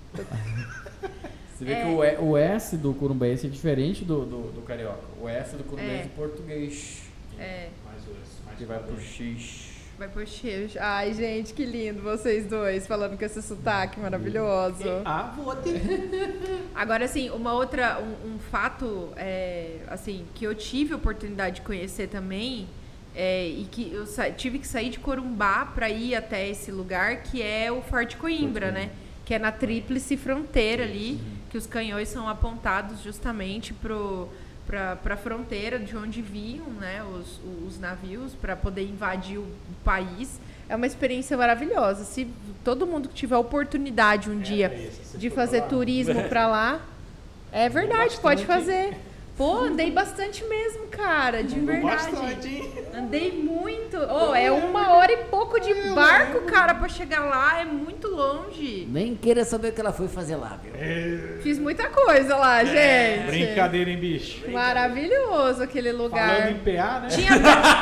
Você vê que o S do corumbaense é diferente do carioca. O S do corumbaense é português. É. Mais o S, mais Que vai o pro S. X. Vai pro X. Ai, gente, que lindo vocês dois falando com esse sotaque maravilhoso. Vou ter. Agora, assim, um fato, assim, que eu tive a oportunidade de conhecer também, e que eu tive que sair de Corumbá para ir até esse lugar, que é o Forte Coimbra, né? Que é na tríplice fronteira ali, que os canhões são apontados justamente para a fronteira de onde vinham, né, os navios para poder invadir o país. É uma experiência maravilhosa. Se todo mundo que tiver a oportunidade um dia de fazer turismo para lá, é verdade, pode fazer. Pô, andei bastante mesmo, cara, de verdade. Bastante, hein? Andei muito. É 1 hora e pouco de barco, cara, pra chegar lá. É muito longe. Nem queira saber o que ela foi fazer lá, viu? Fiz muita coisa lá, gente. Brincadeira, hein, bicho? Maravilhoso aquele lugar. Falando em PA, né? Tinha...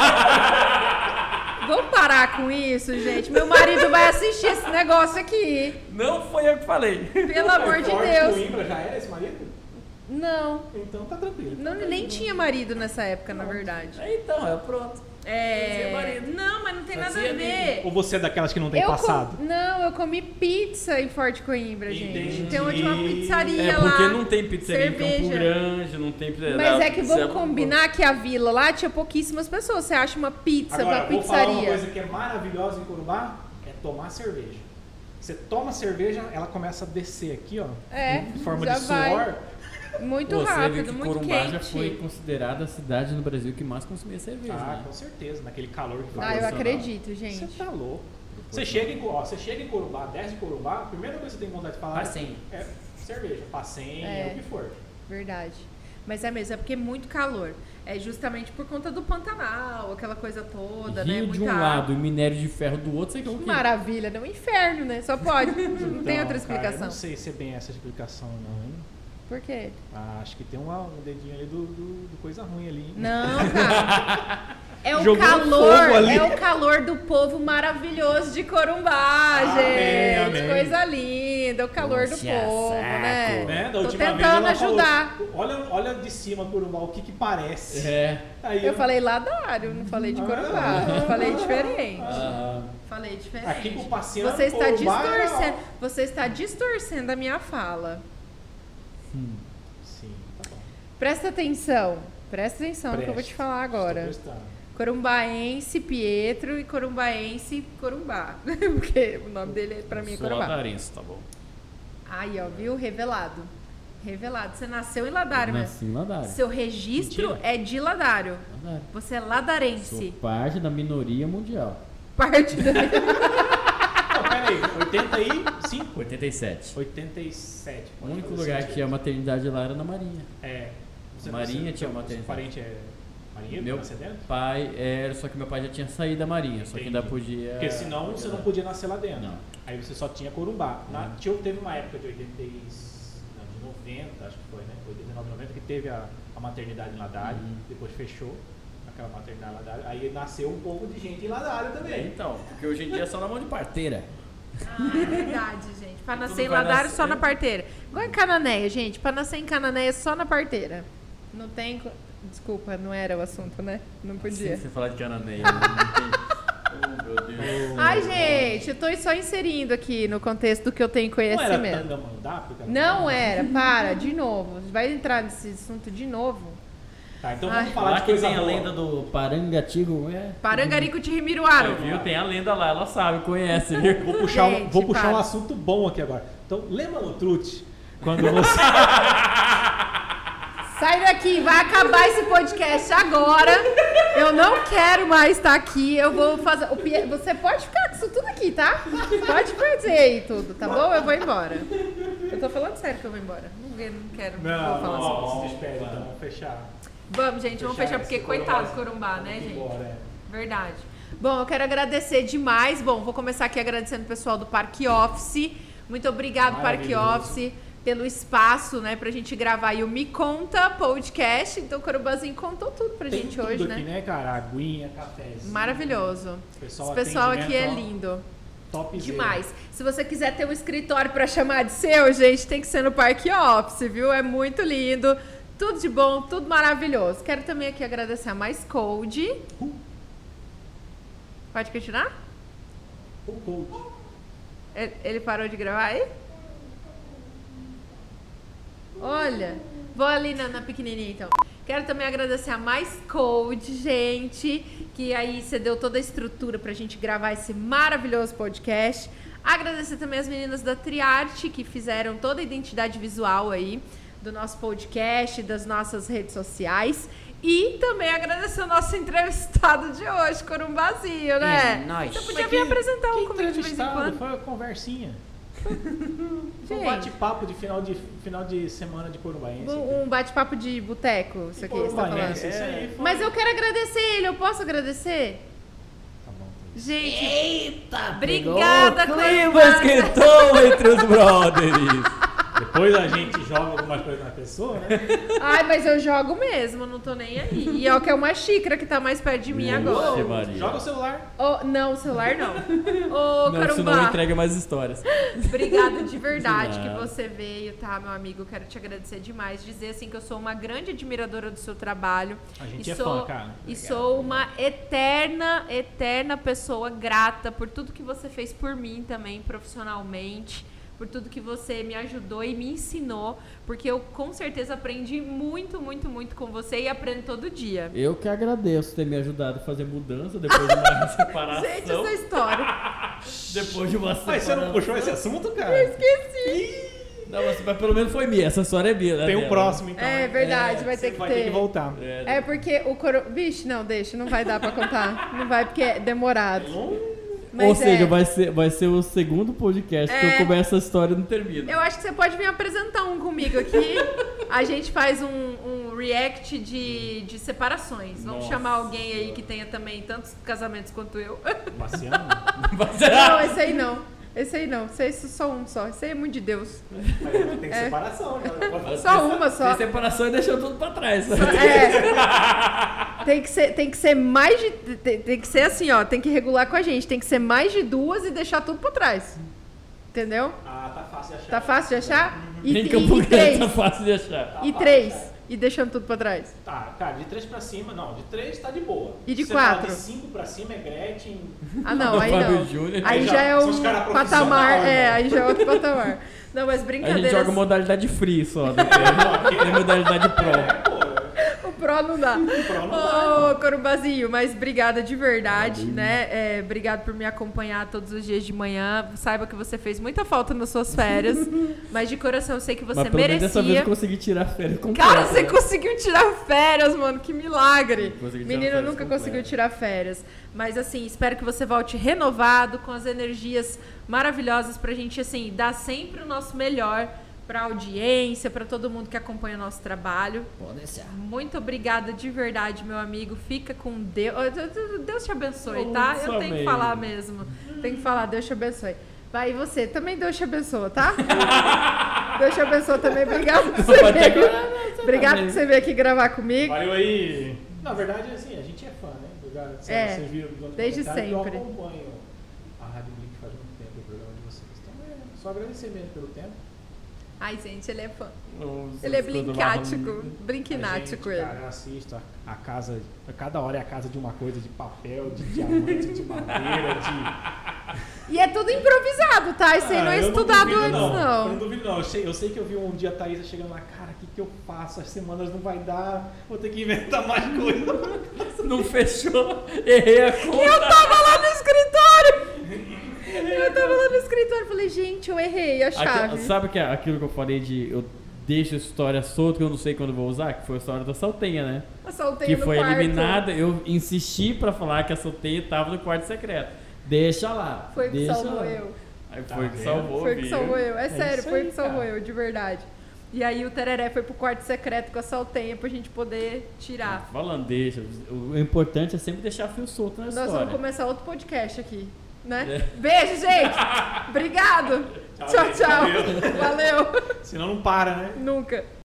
Vamos parar com isso, gente. Meu marido vai assistir esse negócio aqui. Não foi eu que falei. Pelo amor de Forte Deus. Coimbra já era esse marido? Não. Então tá tranquilo. Não, nem tinha marido nessa época, na verdade. Então, pronto. Fazia marido. Não, mas não tem nada a Fazia ver. Ou você é daquelas que não tem passado? Não, eu comi pizza em Forte Coimbra, gente. Entendi. Tem uma pizzaria É lá. porque não tem pizzaria em Campo cerveja. Grande, não tem pizzaria. Mas é que vamos combinar que a vila lá tinha pouquíssimas pessoas. Você acha uma pizza Agora, pra vou falar uma pizzaria? coisa que é maravilhosa em Corumbá, é tomar cerveja. Você toma cerveja, ela começa a descer aqui, ó. Em forma já de suor. vai. Muito Você viu rápido, que muito Corumbá quente. já foi considerada a cidade no Brasil que mais consumia cerveja. né? Com certeza, naquele calor que Ah, faz. eu Proporcional. acredito, gente. Você tá louco. Você chega em Corumbá, desce em Corumbá, a primeira coisa que você tem vontade de falar Passeio. é cerveja, passeio, o que for. Verdade. Mas é mesmo, é porque é muito calor. É justamente por conta do Pantanal, aquela coisa toda, né? Rio de um Muita lado e minério de ferro do outro, você quer o quê? Maravilha, não, inferno, né? Só pode. Não tem outra Então, cara, eu explicação. não sei se é bem essa explicação, não, hein? Por quê? Acho que tem um dedinho ali do coisa ruim ali, hein? Não, cara. É o Jogou calor, fogo ali. é o calor do povo maravilhoso de Corumbá, Amém, gente. amém. Coisa linda, o calor do Puxa povo, né? Né? Da Tô última vez tentando ela ajudar. Falou, olha de cima Corumbá, o que parece. É. Aí Eu falei Ladário, não falei de Corumbá. Falei diferente. Falei diferente. Aqui pro passeio Você está Corumbá, distorcendo. Você está distorcendo a minha fala. Sim, tá bom. Presta atenção no que eu vou te falar agora. Estou prestando. Corumbaense Pietro e Corumbaense Corumbá. Porque o nome dele pra mim é Sou Corumbá. ladarense, tá bom. Aí, ó, viu? Revelado. Revelado. Você nasceu em Ladário, mas Nasci em Ladário. seu registro Mentira. é de Ladário. Ladário. Você é Sou ladarense. parte da minoria mundial. Parte da... Não, peraí, 85? 87. 87. O único lugar que tinha maternidade lá era na Marinha. você- Marinha tinha seu maternidade. parente é marinheiro? Meu Nascer dentro? pai era, só que meu pai já tinha saído da Marinha, só que ainda Entendi. podia. Porque senão você não podia nascer lá dentro. Não. Aí você só tinha Corumbá. Teve uma época de 90, acho que foi, né? 89, 90, que teve a maternidade em Ladário, depois fechou. aquela maternidade Ladário, aí nasceu um pouco de gente em Ladário também. Então, porque hoje em dia é só na mão de parteira. É verdade, gente. Pra nascer em vai Ladário, nascer. só na parteira. Igual em Cananéia, gente. Pra nascer em Cananéia, só na parteira. Não tem... Desculpa, não era o assunto, né? Não podia. Se você falar de Cananéia, não tem... Oh, meu Deus. Ai, gente, eu tô só inserindo aqui no contexto do que eu tenho Não era conhecimento. Tangamandapé? Não era, para, de novo. Vai entrar nesse assunto de novo. Tá, então Ai. vamos falar Lá de que coisa tem a boa. lenda do Parangatigo, Parangarico de Rimiruaro. Viu? Tem a lenda lá, ela sabe, conhece, viu? Vou puxar, Gente, vou puxar para. um assunto bom aqui agora. Então, lembra no Trute? Quando você... Sai daqui, vai acabar esse podcast agora. Eu não quero mais estar aqui. Eu vou fazer. Você pode ficar com isso tudo aqui, tá? Pode fazer aí tudo, tá bom? Eu vou embora. Eu tô falando sério que eu vou embora. Não quero. Vou falar sobre isso. se despede, então vamos fechar. Vamos, gente, vamos fechar porque esse coitado do Corumbá, Corumbá, né, vamos gente? embora, é. Verdade. Bom, eu quero agradecer demais. Bom, vou começar aqui agradecendo o pessoal do Parque Office. Muito obrigado, Parque Maravilhoso. Office, pelo espaço, né, pra gente gravar aí o Me Conta podcast. Então o Corumbazinho contou tudo pra Tem gente tudo hoje, aqui, né? cara? Aguinha, cafezinho. Maravilhoso. Pessoal, Esse pessoal aqui é atendimento, ó, lindo. Topzera. Demais. Se você quiser ter um escritório pra chamar de seu, gente, tem que ser no Parque Office, viu? É muito lindo. Tudo de bom, tudo maravilhoso. Quero também aqui agradecer a Mais Code. Pode continuar? O coach. Ele parou de gravar aí? Olha, vou ali na pequenininha então. Quero também agradecer a Mais Code, gente, que aí cedeu toda a estrutura pra gente gravar esse maravilhoso podcast. Agradecer também as meninas da Triarte, que fizeram toda a identidade visual aí do nosso podcast, das nossas redes sociais. E também agradecer o nosso entrevistado de hoje, Corumbazinho, né? É nóis. Você podia me apresentar um comigo de vez em entrevistado, quando? foi uma conversinha. Foi um Gente. bate-papo de final de semana de Corumbaense. Um bate-papo de boteco, isso aqui, você tá falando. Corumbaense, isso aí. Foi... Mas eu quero agradecer ele, eu posso agradecer? Tá bom. Gente, Eita! obrigada, Clima Corumba. esquentou entre os brothers. Depois a gente joga algumas coisas na pessoa, né? Ai, mas eu jogo mesmo, não tô nem aí. E é o que é uma xícara que tá mais perto de mim agora. Vixe, Maria. Joga o celular. Oh, não, o celular não. Ô, Não, senão Corumbá, entrega mais histórias. obrigada de verdade De que nada. você veio, tá, meu amigo? Eu quero te agradecer demais. Dizer assim que eu sou uma grande admiradora do seu trabalho. A gente E é sou- fã, cara. E sou uma eterna pessoa grata por tudo que você fez por mim também, profissionalmente, por tudo que você me ajudou e me ensinou, porque eu com certeza aprendi muito com você e aprendo todo dia. Eu que agradeço ter me ajudado a fazer mudança depois de uma separação. Gente, essa história. Depois de uma Mas separação. você não puxou esse assunto, cara? Esqueci. Não, mas pelo menos foi minha. Essa história é minha. né, Tem um dela. próximo, então. É verdade, vai ter que Vai ter. ter que voltar. É porque o coro... Vixe, não, deixa, não vai dar pra contar. Não vai porque é demorado. Mas Ou seja, é. vai ser o segundo podcast que eu começo a história e não termino. Eu acho que você pode vir apresentar um comigo aqui. A gente faz um react de separações. Vamos Nossa. chamar alguém aí que tenha também tantos casamentos quanto eu. Passeando. Não, esse aí não. Esse aí não. Esse aí é só um só. Esse aí é muito de Deus. Mas tem É. separação, né? Só uma só. Tem separação e deixou tudo pra trás. É. Tem que ser mais de. Tem que ser assim, ó. Tem que regular com a gente. Tem que ser mais de duas e deixar tudo pra trás. Entendeu? Ah, tá fácil de achar. Tá fácil de achar? Nem Campo Grande três. tá fácil de achar. E três. E deixando tudo pra trás. Tá, cara, de 3 pra cima, não, de 3 tá de boa. E de Se você falar 4? De 5 pra cima é Gretchen. Ah, não, aí Fábio não. Júnior. Aí já é São os um caras patamar. profissional, É, né? aí já é outro patamar. Não, mas A brincadeiras. gente joga modalidade free só. Não tem modalidade pro. É, pô. O Pro não dá. Pro não dá. Ô, Corumbazinho, mas obrigada de verdade, né? Obrigado por me acompanhar todos os dias de manhã. Saiba que você fez muita falta nas suas férias, mas de coração eu sei que você Mas pelo menos dessa vez merecia. eu consegui tirar férias completa. Cara, você conseguiu tirar férias, mano. Que milagre. Consegui tirar Menino férias nunca completas. conseguiu tirar férias. Mas assim, espero que você volte renovado, com as energias maravilhosas pra gente, assim, dar sempre o nosso melhor pra audiência, pra todo mundo que acompanha o nosso trabalho. Pode deixar. Muito obrigada de verdade, meu amigo. Fica com Deus. Deus te abençoe, tá? Eu tenho que falar mesmo. Tem que falar, Deus te abençoe. Vai, e você também, Deus te abençoe, tá? Deus te abençoe também. Obrigado por você Pode ter vir. que- Obrigado por você vir aqui gravar comigo. Valeu aí. Na verdade, assim, a gente é fã, né? Vocês viram do desde sempre. Eu acompanho a Rádio Blink faz muito tempo, o programa de vocês. Então é só agradecer mesmo pelo tempo. Ai, gente, ele é fã. Nossa, Ele é quando blinkático, lá- brinquinático A ele. gente, cara, eu assisto a casa, a cada hora é a casa de uma coisa, de papel, de diamante, de madeira, de... E é tudo improvisado, tá? Isso aí não é estudado duvido, antes, Eu não. não duvido, não. Eu sei que eu vi um dia a Thaísa chegando lá, cara, o que eu faço? As semanas não vai dar, vou ter que inventar mais coisa. Não fechou, errei a conta. Eu tava lá no escritório! Eu tava lá no escritório e falei, gente, eu errei a chave. Sabe aquilo que eu falei de eu deixo a história solta que eu não sei quando vou usar? Que foi a história da Saltenha, né? A Saltenha Que no foi quarto. eliminada, eu insisti pra falar que a Saltenha tava no quarto secreto. Deixa lá. Foi o que deixa salvou lá. eu. Aí Tá foi que vendo? salvou, Foi o que viu? salvou eu. É sério, isso foi o aí, que salvou cara. eu, de verdade. E aí o Tereré foi pro quarto secreto com a Saltenha pra gente poder tirar. Falando, deixa. O importante é sempre deixar fio solto na Nós história. vamos começar outro podcast aqui, né? É. Beijo, gente! Obrigado! Tchau, Tchau, gente. tchau! Valeu. Valeu! Senão não para, né? Nunca!